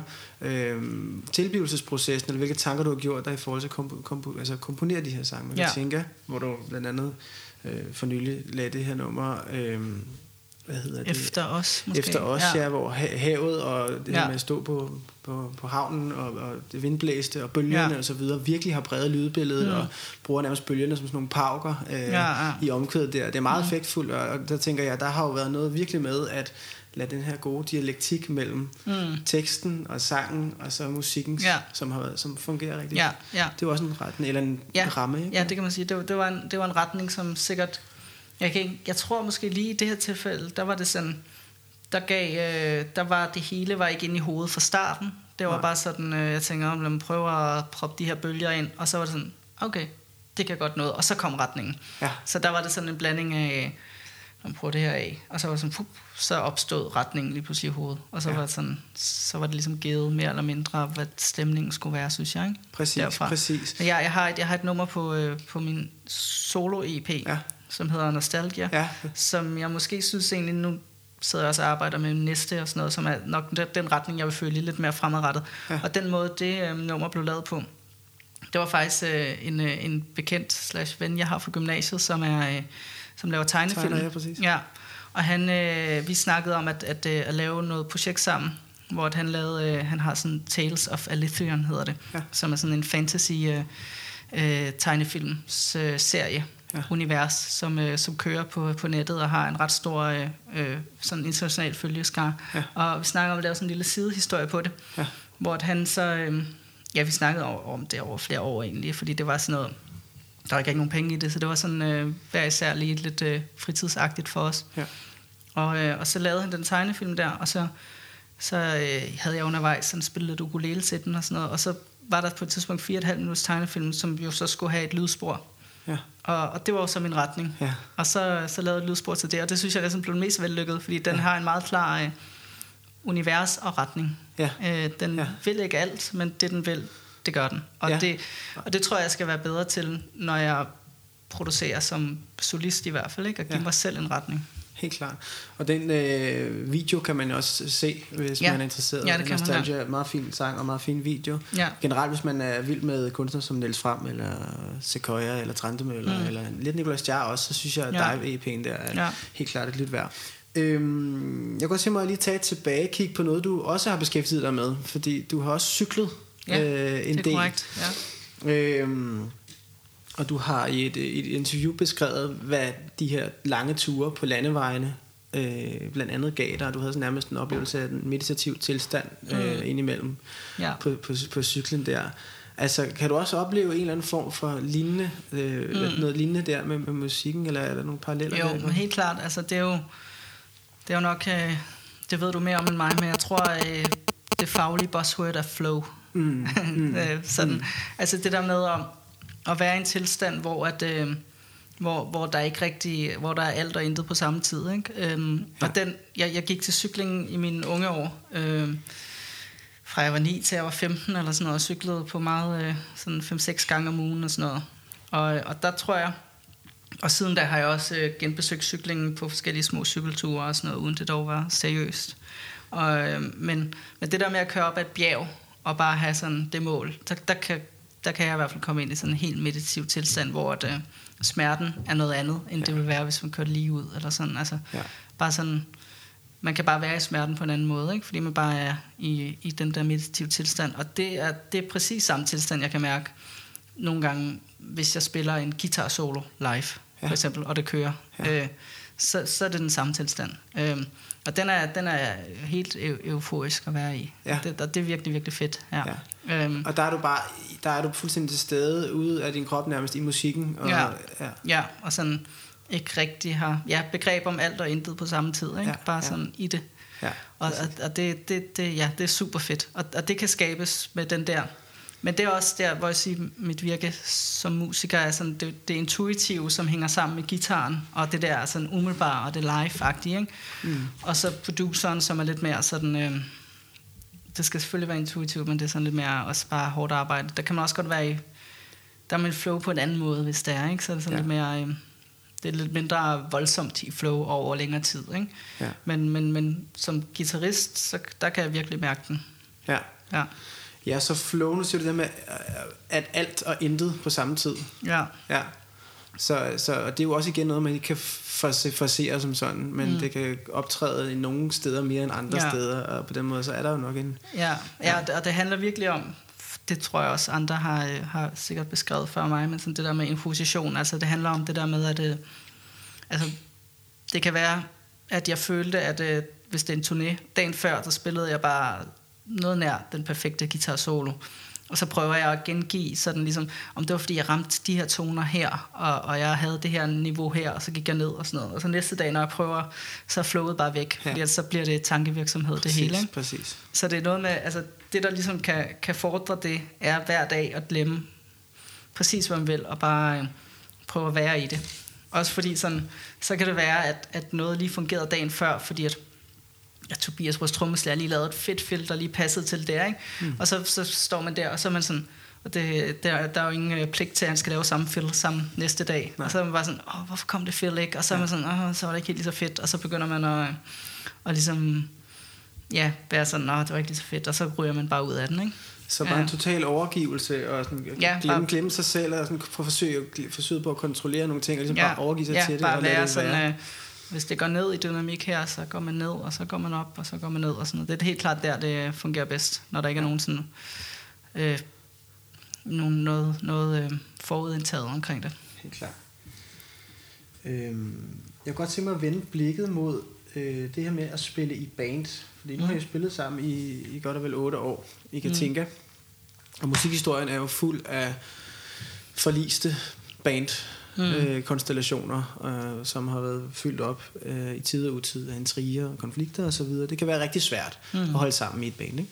Øhm, tilblivelsesprocessen, eller hvilke tanker du har gjort der i forhold til at kompo, kompo, altså komponere de her sange. Man kan Ja. tænke, hvor du blandt andet øh, for nylig lagde det her nummer, øh, hvad hedder det? Efter os, måske. Efter os, ja, ja hvor ha- havet og det Ja. ja. med at stå på, på, på havnen og, og det vindblæste og bølgerne Ja. og så videre, virkelig har præget lydbilledet Mm. og bruger nærmest bølgerne som sådan nogle pauker øh, Ja, ja. i omkvædet der. Det er meget Mm. effektfuldt, og, og der tænker jeg, der har jo været noget virkelig med at lade den her gode dialektik mellem Mm. teksten og sangen og så musikken, Ja. som, har været, som fungerer rigtig. Ja, ja. Det var også en retning, eller en Ja. ramme, ikke? Ja, det kan man sige. Det var, det var, en, det var en retning, som sikkert... Jeg, kan ikke, jeg tror måske lige i det her tilfælde, der var det sådan... Der gav... Øh, der var det hele var ikke inde i hovedet fra starten. Det var Nej. bare sådan, øh, jeg tænker, om lad mig prøve at proppe de her bølger ind. Og så var det sådan, okay, det kan godt noget. Og så kom retningen. Ja. Så der var det sådan en blanding af... Man prøver det her af. Og så var det sådan, pup, så opstod retningen lige pludselig i hovedet. Og så, Ja. var det sådan, så var det ligesom givet mere eller mindre, hvad stemningen skulle være, synes jeg. Ikke? Præcis, Derfra. præcis. Jeg, jeg, har et, jeg har et nummer på, øh, på min solo-E P, Ja. som hedder Nostalgia, Ja. som jeg måske synes egentlig, nu sidder jeg også og arbejder med næste og sådan noget, som er nok den, den retning, jeg vil følge lidt mere fremadrettet. Ja. Og den måde, det øh, nummer blev lavet på, det var faktisk øh, en, øh, en bekendt slash ven, jeg har fra gymnasiet, som er... Øh, som laver tegnefilm. Tegner, ja, præcis. Ja. Og han, øh, vi snakkede om at, at, øh, at lave noget projekt sammen, hvor at han lavede, øh, han har sådan Tales of Alethrion hedder det, Ja. som er sådan en fantasy øh, øh, tegnefilms øh, serie, Ja. univers, som, øh, som kører på, på nettet og har en ret stor øh, øh, sådan international følgeskare. Ja. Og vi snakker om at lave sådan en lille sidehistorie på det, Ja. hvor at han så, øh, ja, vi snakkede over, om det over flere år egentlig, fordi det var sådan noget, der var ikke nogen penge i det, så det var sådan øh, hver især lige lidt øh, fritidsagtigt for os. Ja. Og, øh, og så lavede han den tegnefilm der, og så, så øh, havde jeg undervejs sådan spillet lidt ukulele til den og sådan noget, og så var der på et tidspunkt fire og et halvt minutters tegnefilm, som jo så skulle have et lydspor. Ja. Og, og det var jo så min retning. Ja. Og så, så lavede jeg et lydspor til det, og det synes jeg næsten blev mest vellykket, fordi den har en meget klar øh, univers og retning. Ja. Øh, den Ja. vil ikke alt, men det den vil, det gør den. Og, Ja. det, og det tror jeg, jeg skal være bedre til, når jeg producerer som solist i hvert fald, ikke? At give Ja. mig selv en retning. Helt klart. Og den øh, video kan man jo også se, hvis Ja. man er interesseret. Ja, det kan man, Nostalgia er meget fin sang og meget fin video. Ja. Generelt, hvis man er vild med kunstnere som Niels Fram, eller Sequoia, eller Trantemøller, Mm. eller lidt Nicolai Stjær også, så synes jeg, at Ja. Dive E P'en der er Ja. helt klart et lidt værd. Øhm, jeg kunne godt tænke mig at lige tage et tilbage kig på noget, du også har beskæftiget dig med, fordi du har også cyklet Ja, øh, en det er del. korrekt. Ja. Øhm, og du har i et, et interview beskrevet, hvad de her lange ture på landevejene øh, blandt andet gav dig. Du havde sådan nærmest en oplevelse af en meditativ tilstand øh, Mm. indimellem Ja. på, på, på cyklen der. Altså, kan du også opleve en eller anden form for lignende, øh, mm. noget lignende der med, med musikken, eller er der nogle paralleller? Jo, der? men helt klart. Altså, det er jo, Det er jo nok, øh, det ved du mere om end mig, men jeg tror, øh, det faglige buzzword er flow. Mm. Mm. Sådan, mm. Altså det der med at, at være i en tilstand, hvor at øh, hvor, hvor der ikke rigtig, hvor der er alt og intet på samme tid, ikke? Øhm, ja. Og den, jeg, jeg gik til cykling i mine unge år, øh, fra jeg var ni til jeg var femten eller sådan noget, og cyklede på meget øh, sådan fem seks gange om ugen og sådan noget. Og, og der tror jeg, og siden da har jeg også øh, genbesøgt cyklingen på forskellige små cykelture og sådan noget, uden det dog var seriøst. Og, øh, men, men det der med at køre op ad et bjerg og bare have sådan det mål, der, der, kan, der kan jeg i hvert fald komme ind i sådan en helt meditativ tilstand, hvor at, øh, smerten er noget andet, end ja. Det vil være, hvis man kører lige ud eller sådan. Altså, ja. Bare sådan, man kan bare være i smerten på en anden måde, ikke? Fordi man bare er i, i den der meditative tilstand. Og det er, det er præcis samme tilstand, jeg kan mærke nogle gange, hvis jeg spiller en guitar solo live, ja. For eksempel, og det kører. Ja. Øh, så, så er det den samme tilstand. Øh, og den er, den er helt eu- euforisk at være i. Ja. Det, og det er virkelig, virkelig fedt. Ja. Ja. Øhm. Og der er du bare, der er du fuldstændig til stede ude af din krop nærmest i musikken. Og, ja. Ja. ja, og sådan ikke rigtig har ja, begreb om alt og intet på samme tid. Ikke? Ja. Bare ja. Sådan i det. Ja. Og, og, og det, det, det, ja, det er super fedt. Og, og det kan skabes med den der. Men det er også der, hvor jeg siger, mit virke som musiker er sådan, det, det intuitive, som hænger sammen med gitaren, og det der sådan umiddelbare og det live-agtige, ikke? Mm. Og så produceren, som er lidt mere sådan, øh, det skal selvfølgelig være intuitivt, men det er sådan lidt mere også bare hårdt arbejde. Der kan man også godt være i, der er man flow på en anden måde, hvis det er, ikke? Så er det sådan ja. Lidt mere, øh, det er lidt mindre voldsomt i flow over længere tid, ikke? Ja. Men, men, men som guitarist, så der kan jeg virkelig mærke den. Ja. Ja. Ja, så flow, nu siger du det med, at alt og intet på samme tid. Ja. Ja. Så, så og det er jo også igen noget, man ikke kan forsere som sådan, men mm. det kan optræde i nogle steder mere end andre ja. Steder, og på den måde, så er der jo nok en... Ja, ja. ja og det handler virkelig om, det tror jeg også andre har, har sikkert beskrevet før mig, men sådan det der med infusion, altså det handler om det der med, at det, altså, det kan være, at jeg følte, at hvis det er en turné, dagen før, så spillede jeg bare noget nær den perfekte guitar solo. Og så prøver jeg at gengive sådan ligesom, om det var fordi jeg ramte de her toner her, og, og jeg havde det her niveau her, og så gik jeg ned og sådan noget. Og så næste dag, når jeg prøver, så er flowet bare væk, ja. Fordi så bliver det tankevirksomhed, præcis, det hele. Ikke? Præcis. Så det er noget med, altså det der ligesom kan, kan fordre det, er hver dag at glemme præcis hvad man vil, og bare øh, prøve at være i det. Også fordi sådan, så kan det være, at, at noget lige fungerede dagen før, fordi at ja, Tobias, vores trommeslager, lige lavet et fedt filter, lige passet til det, ikke? Mm. Og så, så står man der, og så er man sådan, og det, der, der er jo ingen pligt til, at han skal lave samme filter samme næste dag. Nej. Og så er man bare sådan, åh, hvorfor kom det filter ikke? Og så er man sådan, åh, så var det ikke helt lige så fedt. Og så begynder man at, at ligesom, ja, være sådan, åh, det var ikke lige så fedt. Og så ryger man bare ud af den, ikke? Så bare ja. En total overgivelse, og sådan, ja, glemme, bare, glemme sig selv, og sådan forsøge, forsøge på at kontrollere nogle ting, og ligesom ja, bare overgive sig ja, til det, bare og lade det være. Sådan, være. Øh, hvis det går ned i dynamik her, så går man ned, og så går man op, og så går man ned, og sådan noget. Det er helt klart der, det fungerer bedst, når der ikke er nogen sådan, øh, nogen, noget, noget øh, forudindtaget omkring det. Helt klart. Øhm, jeg kan godt tænke mig at vende blikket mod øh, det her med at spille i band, fordi nu har jeg spillet sammen i, i godt og vel otte år i Katinka, mm. og musikhistorien er jo fuld af forliste band, Mm. Øh, konstellationer, øh, som har været fyldt op øh, i tid og utid af intriger og konflikter og så videre. Det kan være rigtig svært mm. at holde sammen i et band, ikke?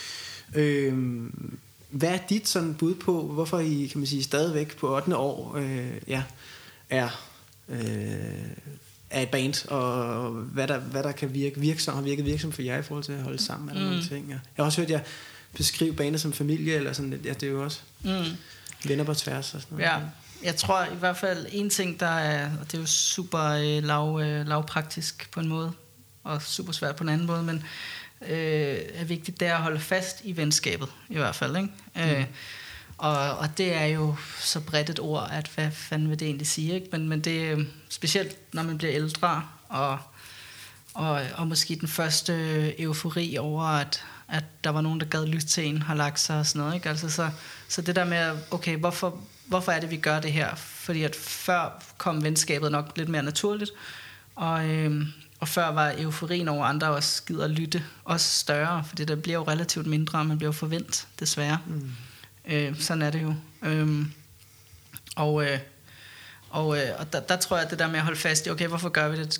Øh, hvad er dit sådan bud på, hvorfor I, kan man sige, stadigvæk på ottende år øh, ja, er, øh, er et band, og hvad der, hvad der kan virke virksom, har virket virksomt for jer i forhold til at holde sammen, eller mm. nogle ting. Ja. Jeg har også hørt jer beskrive bandet som familie, eller sådan lidt. Ja, det er jo også mm. venner på tværs og sådan noget. Ja. Jeg tror i hvert fald en ting, der er, og det er jo super øh, lav, øh, lavpraktisk på en måde, og super svært på en anden måde, men øh, er vigtigt, det er at holde fast i venskabet, i hvert fald, ikke? Mm. Øh, og, og det er jo så bredt et ord, at hvad fanden vil det egentlig sige, ikke? Men, men det er specielt, når man bliver ældre, og, og, og måske den første eufori over, at, at der var nogen, der gad lytte til en, har lagt sig og sådan noget, ikke? Altså, så, så det der med, okay, hvorfor... Hvorfor er det, vi gør det her? Fordi at før kom venskabet nok lidt mere naturligt, og, øhm, og før var euforien over andre også gider at lytte også større, fordi der bliver jo relativt mindre, og man bliver jo forventet, desværre. Mm. Øh, sådan er det jo. Øhm, og øh, og, øh, og der, der tror jeg, at det der med at holde fast i, okay, hvorfor gør vi det?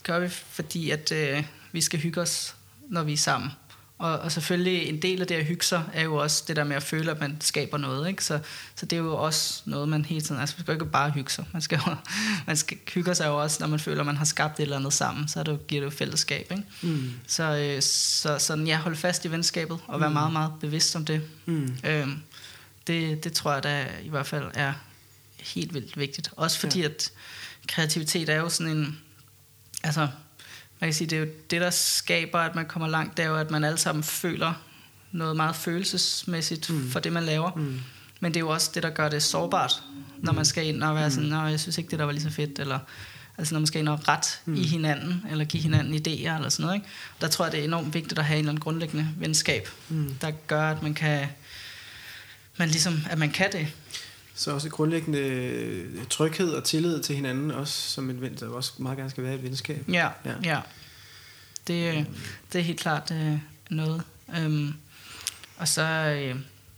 gør vi, fordi at øh, vi skal hygge os, når vi er sammen. Og, og selvfølgelig en del af det at hygge sig er jo også det der med at føle, at man skaber noget, ikke? Så, så det er jo også noget, man hele tiden... Altså, man skal ikke bare hygge sig. Man skal, jo, man skal hygge sig jo også, når man føler, at man har skabt et eller andet sammen. Så det, giver det jo fællesskab, ikke? Mm. Så, øh, så sådan, ja, hold fast i venskabet og være mm. meget, meget bevidst om det. Mm. Øhm, det. Det tror jeg da i hvert fald er helt vildt vigtigt. Også fordi, ja. at kreativitet er jo sådan en... Altså... Man kan sige, det er jo det, der skaber, at man kommer langt, det er jo, at man alle sammen føler noget meget følelsesmæssigt mm. for det, man laver. Mm. Men det er jo også det, der gør det sårbart, når man skal ind og være sådan, nej, jeg synes ikke, det der var lige så fedt, eller altså når man skal ind og ret mm. i hinanden, eller give hinanden idéer, eller sådan noget, ikke? Der tror jeg, det er enormt vigtigt at have en eller anden grundlæggende venskab, mm. der gør, at man kan, man ligesom, at man kan det. Så også grundlæggende tryghed og tillid til hinanden, også som en ven, der også meget gerne skal være et venskab. Ja, ja. ja. Det, det er helt klart øh, noget. Øhm, og så, øh,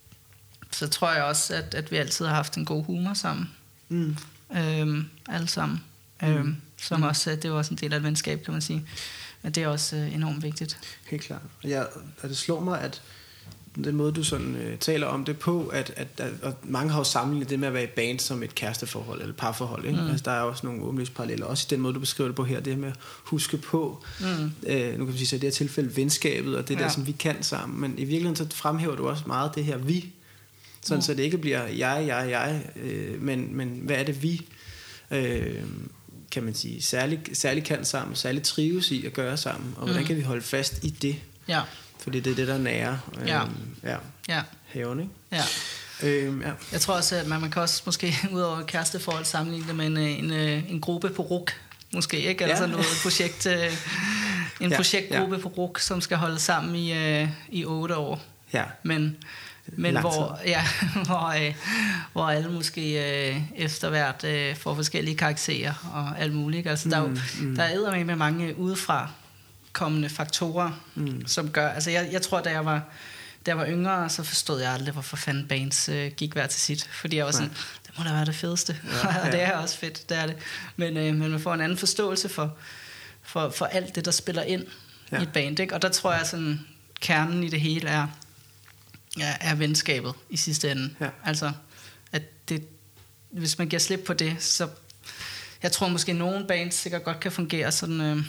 så tror jeg også, at, at vi altid har haft en god humor sammen. Mm. Øhm, alle sammen. Mm. Øhm, som mm. også, det er også en del af et venskab, kan man sige. Men det er også øh, enormt vigtigt. Helt klart. Og, jeg, og det slår mig, at den måde, du sådan øh, taler om det på, at, at, at, at mange har jo sammenlignet det med at være i band som et kæresteforhold eller parforhold. Ikke? Mm. Altså, der er også nogle åbenlyse paralleller. Også i den måde, du beskriver det på her, det her med at huske på, mm. øh, nu kan man sige, så i det her tilfælde venskabet, og det ja. der, som vi kan sammen. Men i virkeligheden, så fremhæver du også meget det her vi. Sådan, mm. så det ikke bliver jeg, jeg, jeg, øh, men, men hvad er det vi, øh, kan man sige, særligt, særligt kan sammen, særligt trives i at gøre sammen, og hvordan mm. kan vi holde fast i det? Ja. Fordi det er det, der nærer øh, ja. Ja, ja. haven, ikke? Ja. Øhm, ja. Jeg tror også, at man, man kan også måske ud over kæresteforhold sammenligne det med en, en, en gruppe på R U C, måske, ikke? Altså ja. noget projekt, en ja. projektgruppe ja. på R U C, som skal holde sammen i, i otte år. Ja. Men, men hvor, ja, hvor, hvor alle måske øh, efter hvert øh, får forskellige karakterer og alt muligt. Altså, mm, der er jo mm. der er med mange udefra kommende faktorer, mm. som gør... Altså, jeg, jeg tror, da jeg var, da jeg var yngre, så forstod jeg aldrig, hvorfor fanden bands øh, gik hver til sit. Fordi jeg var sådan, det må da være det fedeste. Ja, ja. Og det er også fedt, det er det. Men, øh, men man får en anden forståelse for, for, for alt det, der spiller ind ja. i et band, ikke? Og der tror jeg, sådan, kernen i det hele er, ja, er venskabet i sidste ende. Ja. Altså, at det, hvis man giver slip på det, så... Jeg tror måske, at nogle bands sikkert godt kan fungere sådan... Øh,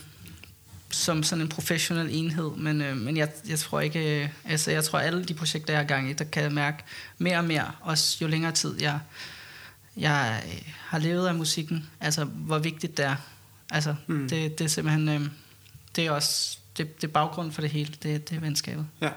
som sådan en professionel enhed, men, øh, men jeg, jeg tror ikke, øh, altså jeg tror alle de projekter, jeg har gang i, der kan jeg mærke mere og mere, også jo længere tid jeg, jeg øh, har levet af musikken, altså hvor vigtigt det er. Altså mm. det, det er simpelthen, øh, det er også, det, det er baggrunden for det hele, det, det er venskabet. Ja.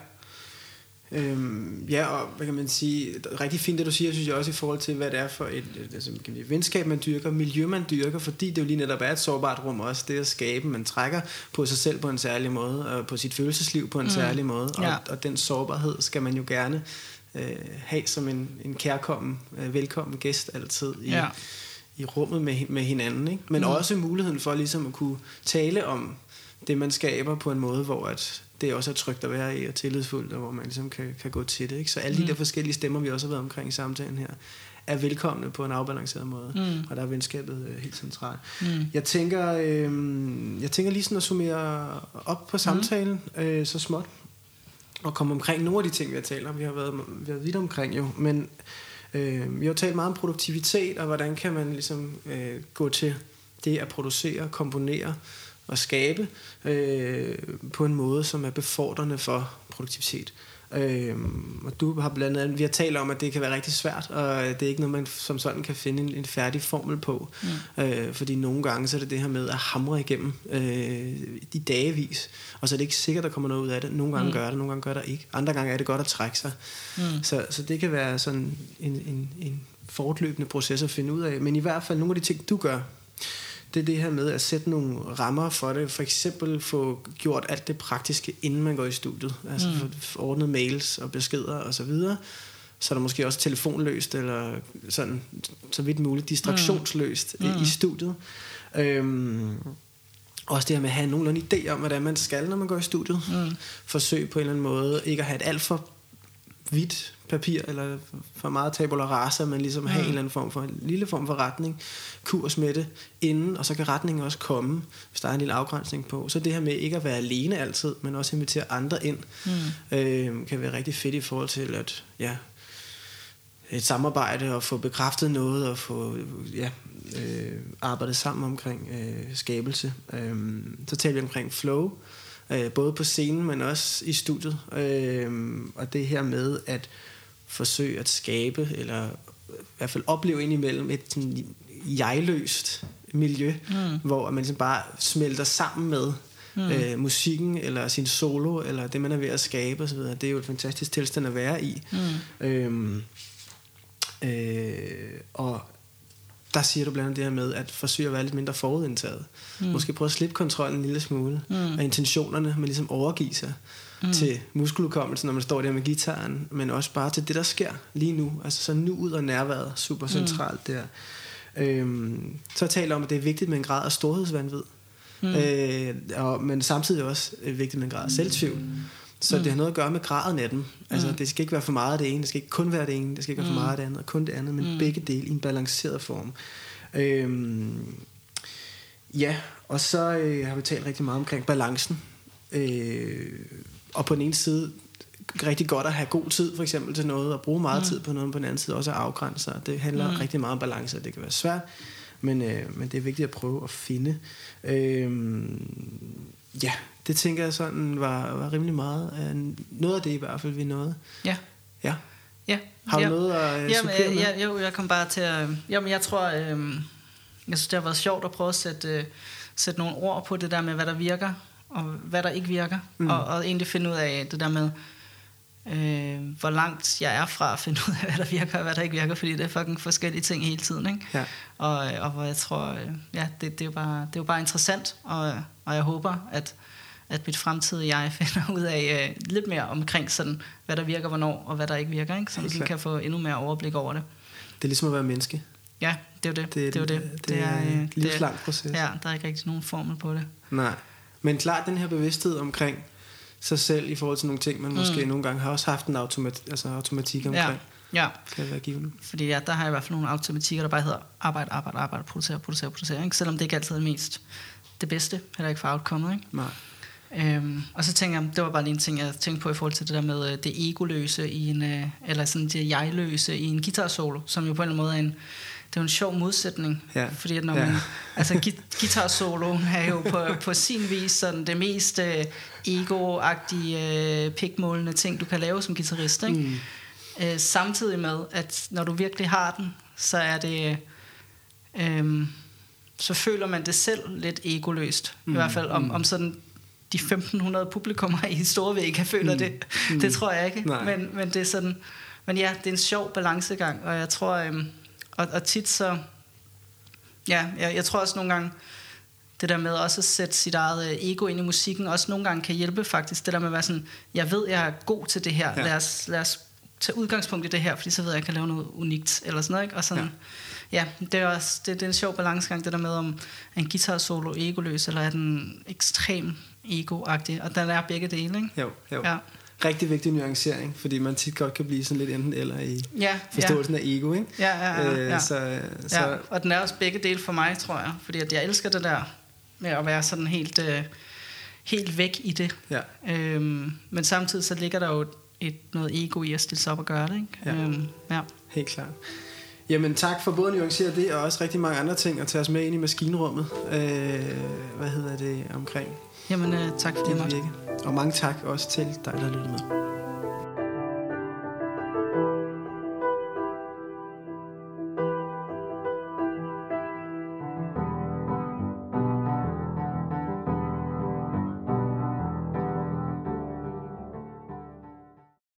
Øhm, ja, og hvad kan man sige, rigtig fint det du siger, synes jeg også i forhold til, hvad det er for et, et, altså, kan sige, venskab man dyrker, miljø man dyrker, fordi det jo lige netop er et sårbart rum også, det at skabe, man trækker på sig selv på en særlig måde, og på sit følelsesliv på en mm. særlig måde, og, ja. og den sårbarhed skal man jo gerne øh, have som en, en kærkommen, øh, velkommen gæst altid i, ja. i rummet med, med hinanden, ikke? Men mm. også muligheden for ligesom at kunne tale om det man skaber på en måde, hvor at det også er trygt at være i og tillidsfuldt, og hvor man ligesom kan, kan gå til det, ikke? Så alle mm. de der forskellige stemmer, vi også har været omkring i samtalen her, er velkomne på en afbalanceret måde, mm. og der er venskabet øh, helt centralt. Mm. Jeg tænker, øh, jeg tænker lige sådan at summere op på samtalen mm. øh, så småt, og komme omkring nogle af de ting, vi har talt om. Vi har været, vi har været vidt omkring jo, men øh, vi har jo talt meget om produktivitet, og hvordan kan man ligesom øh, gå til det at producere, komponere og skabe øh, på en måde, som er befordrende for produktivitet. Øh, og du har blandt andet, vi har talt om, at det kan være rigtig svært, og det er ikke noget, man som sådan kan finde en, en færdig formel på. Mm. Øh, fordi nogle gange, så er det det her med at hamre igennem øh, de dagevis, og så er det ikke sikkert, der kommer noget ud af det. Nogle gange mm. gør det, nogle gange gør det ikke. Andre gange er det godt at trække sig. Mm. Så, så det kan være sådan en, en, en fortløbende proces at finde ud af. Men i hvert fald nogle af de ting, du gør, det er det her med at sætte nogle rammer for det. For eksempel få gjort alt det praktiske, inden man går i studiet. Altså mm. få ordnet mails og beskeder og så videre. Så er der måske også telefonløst, eller sådan, så vidt muligt distraktionsløst mm. i studiet. Øhm, også det her med at have nogenlunde idé om, hvordan man skal, når man går i studiet. Mm. Forsøg på en eller anden måde ikke at have et alt for vidt papir, eller for meget tabula rasa, men ligesom mm. have en eller anden form for, en lille form for retning, kurs med det inden, og så kan retningen også komme, hvis der er en lille afgrænsning på. Så det her med ikke at være alene altid, men også invitere andre ind, mm. øh, kan være rigtig fedt i forhold til at, ja, et samarbejde og få bekræftet noget og få ja, øh, arbejdet sammen omkring øh, skabelse. Øh, så taler vi omkring flow, øh, både på scenen, men også i studiet. Øh, og det her med at forsøge at skabe, eller i hvert fald opleve indimellem et sådan, jeg-løst miljø, mm. hvor man ligesom bare smelter sammen med mm. øh, musikken, eller sin solo, eller det man er ved at skabe osv. Det er jo et fantastisk tilstand at være i. Mm. Øh, Øh, og der siger du blandt andet det her med at forsøge at være lidt mindre forudindtaget. Mm. Måske prøve at slippe kontrollen en lille smule mm. og intentionerne, men ligesom overgive sig mm. til muskeludkommelsen, når man står der med gitaren, men også bare til det der sker lige nu. Altså så nu ud og nærværet, super centralt mm. der. Øhm, så taler jeg om at det er vigtigt med en grad af storhedsvanvid, mm. øh, og, men samtidig også vigtigt med en grad af selvtvivl. Så mm. det har noget at gøre med graden af dem. Altså mm. det skal ikke være for meget af det ene, det skal ikke kun være det ene, det skal ikke være for meget af det andet, og kun det andet, men mm. begge dele i en balanceret form. Øhm, ja, og så øh, har vi talt rigtig meget omkring balancen. Øh, og på den ene side rigtig godt at have god tid for eksempel til noget, og bruge meget mm. tid på noget, på den anden side også at afgrænse sig. Det handler mm. rigtig meget om balance, og det kan være svært, men, øh, men det er vigtigt at prøve at finde. Øh, ja, det tænker jeg sådan var, var rimelig meget af noget af det i hvert fald vi nåede. Ja. Ja. Ja. Har du ja. noget at jamen, supplere med? Ja, jo, jeg kom bare til at jamen jeg tror øh, jeg synes det har været sjovt at prøve at sætte, øh, sætte nogle ord på det der med hvad der virker og hvad der ikke virker, mm. og, og egentlig finde ud af det der med øh, hvor langt jeg er fra at finde ud af hvad der virker og hvad der ikke virker, fordi det er fucking forskellige ting hele tiden, ikke? Ja. Og, og hvor jeg tror øh, ja, det, det, er jo bare, det er jo bare interessant, og, og jeg håber at at mit fremtidige jeg finder ud af øh, lidt mere omkring sådan, hvad der virker hvornår, og hvad der ikke virker, ikke? Så man kan få endnu mere overblik over det. Det er ligesom at være menneske. Ja, det er jo det. Det er, det, er, det. Det, det er en livslang proces. Ja, der er ikke rigtig nogen formel på det. Nej, men klart den her bevidsthed omkring sig selv i forhold til nogle ting, man mm. måske nogle gange har også haft en automat, altså automatik omkring. Ja. Ja. Kan være givende. Fordi ja, der har jeg i hvert fald nogle automatikker, der bare hedder arbejde, arbejde, arbejde, producere, producere, producere, ikke? Selvom det ikke altid er det mest det bedste, heller ikke for outcomet, ikke? Nej. Øhm, og så tænker jeg, det var bare lige en ting jeg tænkte på i forhold til det der med øh, det egoløse i en øh, eller sådan det jeg-løse i en guitar-solo, som jo på en eller anden måde er en, det er jo en sjov modsætning, ja. Fordi at når man, ja. altså guitar-soloen er jo på, på sin vis sådan det mest øh, ego-agtige øh, pikmålende ting du kan lave som guitarist, ikke? Mm. Øh, samtidig med at når du virkelig har den, så er det øh, så føler man det selv lidt egoløst, mm. i hvert fald om, om sådan de femten hundrede publikummer i Storvægga føler mm. det. Mm. Det tror jeg ikke. Men, men det er sådan, men ja, det er en sjov balancegang, og jeg tror, øhm, og, og tit så, ja, jeg, jeg tror også nogle gange, det der med også at sætte sit eget ego ind i musikken, også nogle gange kan hjælpe faktisk, det der med at være sådan, jeg ved, jeg er god til det her, ja. lad, os, lad os tage udgangspunkt i det her, fordi så ved jeg, jeg kan lave noget unikt, eller sådan noget, ikke? Og sådan, ja. Ja, det er også det, det er en sjov balancegang, det der med om en guitar solo egoløs, eller er den ekstrem ego-agtig, og den er begge dele, ikke? Jo, jo. Ja. Rigtig vigtig nuancering, fordi man tit godt kan blive sådan lidt enten eller i ja, forståelsen ja. af ego, ikke? Ja, ja, ja. Øh, ja. Så, så ja. Og den er også begge dele for mig, tror jeg, fordi at jeg elsker det der med at være sådan helt, øh, helt væk i det. Ja. Øhm, men samtidig så ligger der jo et, noget ego i at stille sig op og gøre det, ikke? Ja. Øhm, ja. Helt klart. Jamen tak for både at nuancere det, og også rigtig mange andre ting at tage os med ind i maskinrummet. Øh, hvad hedder det omkring? Jamen, øh, tak for det, Martin. Og mange tak også til dig, der lyttede med.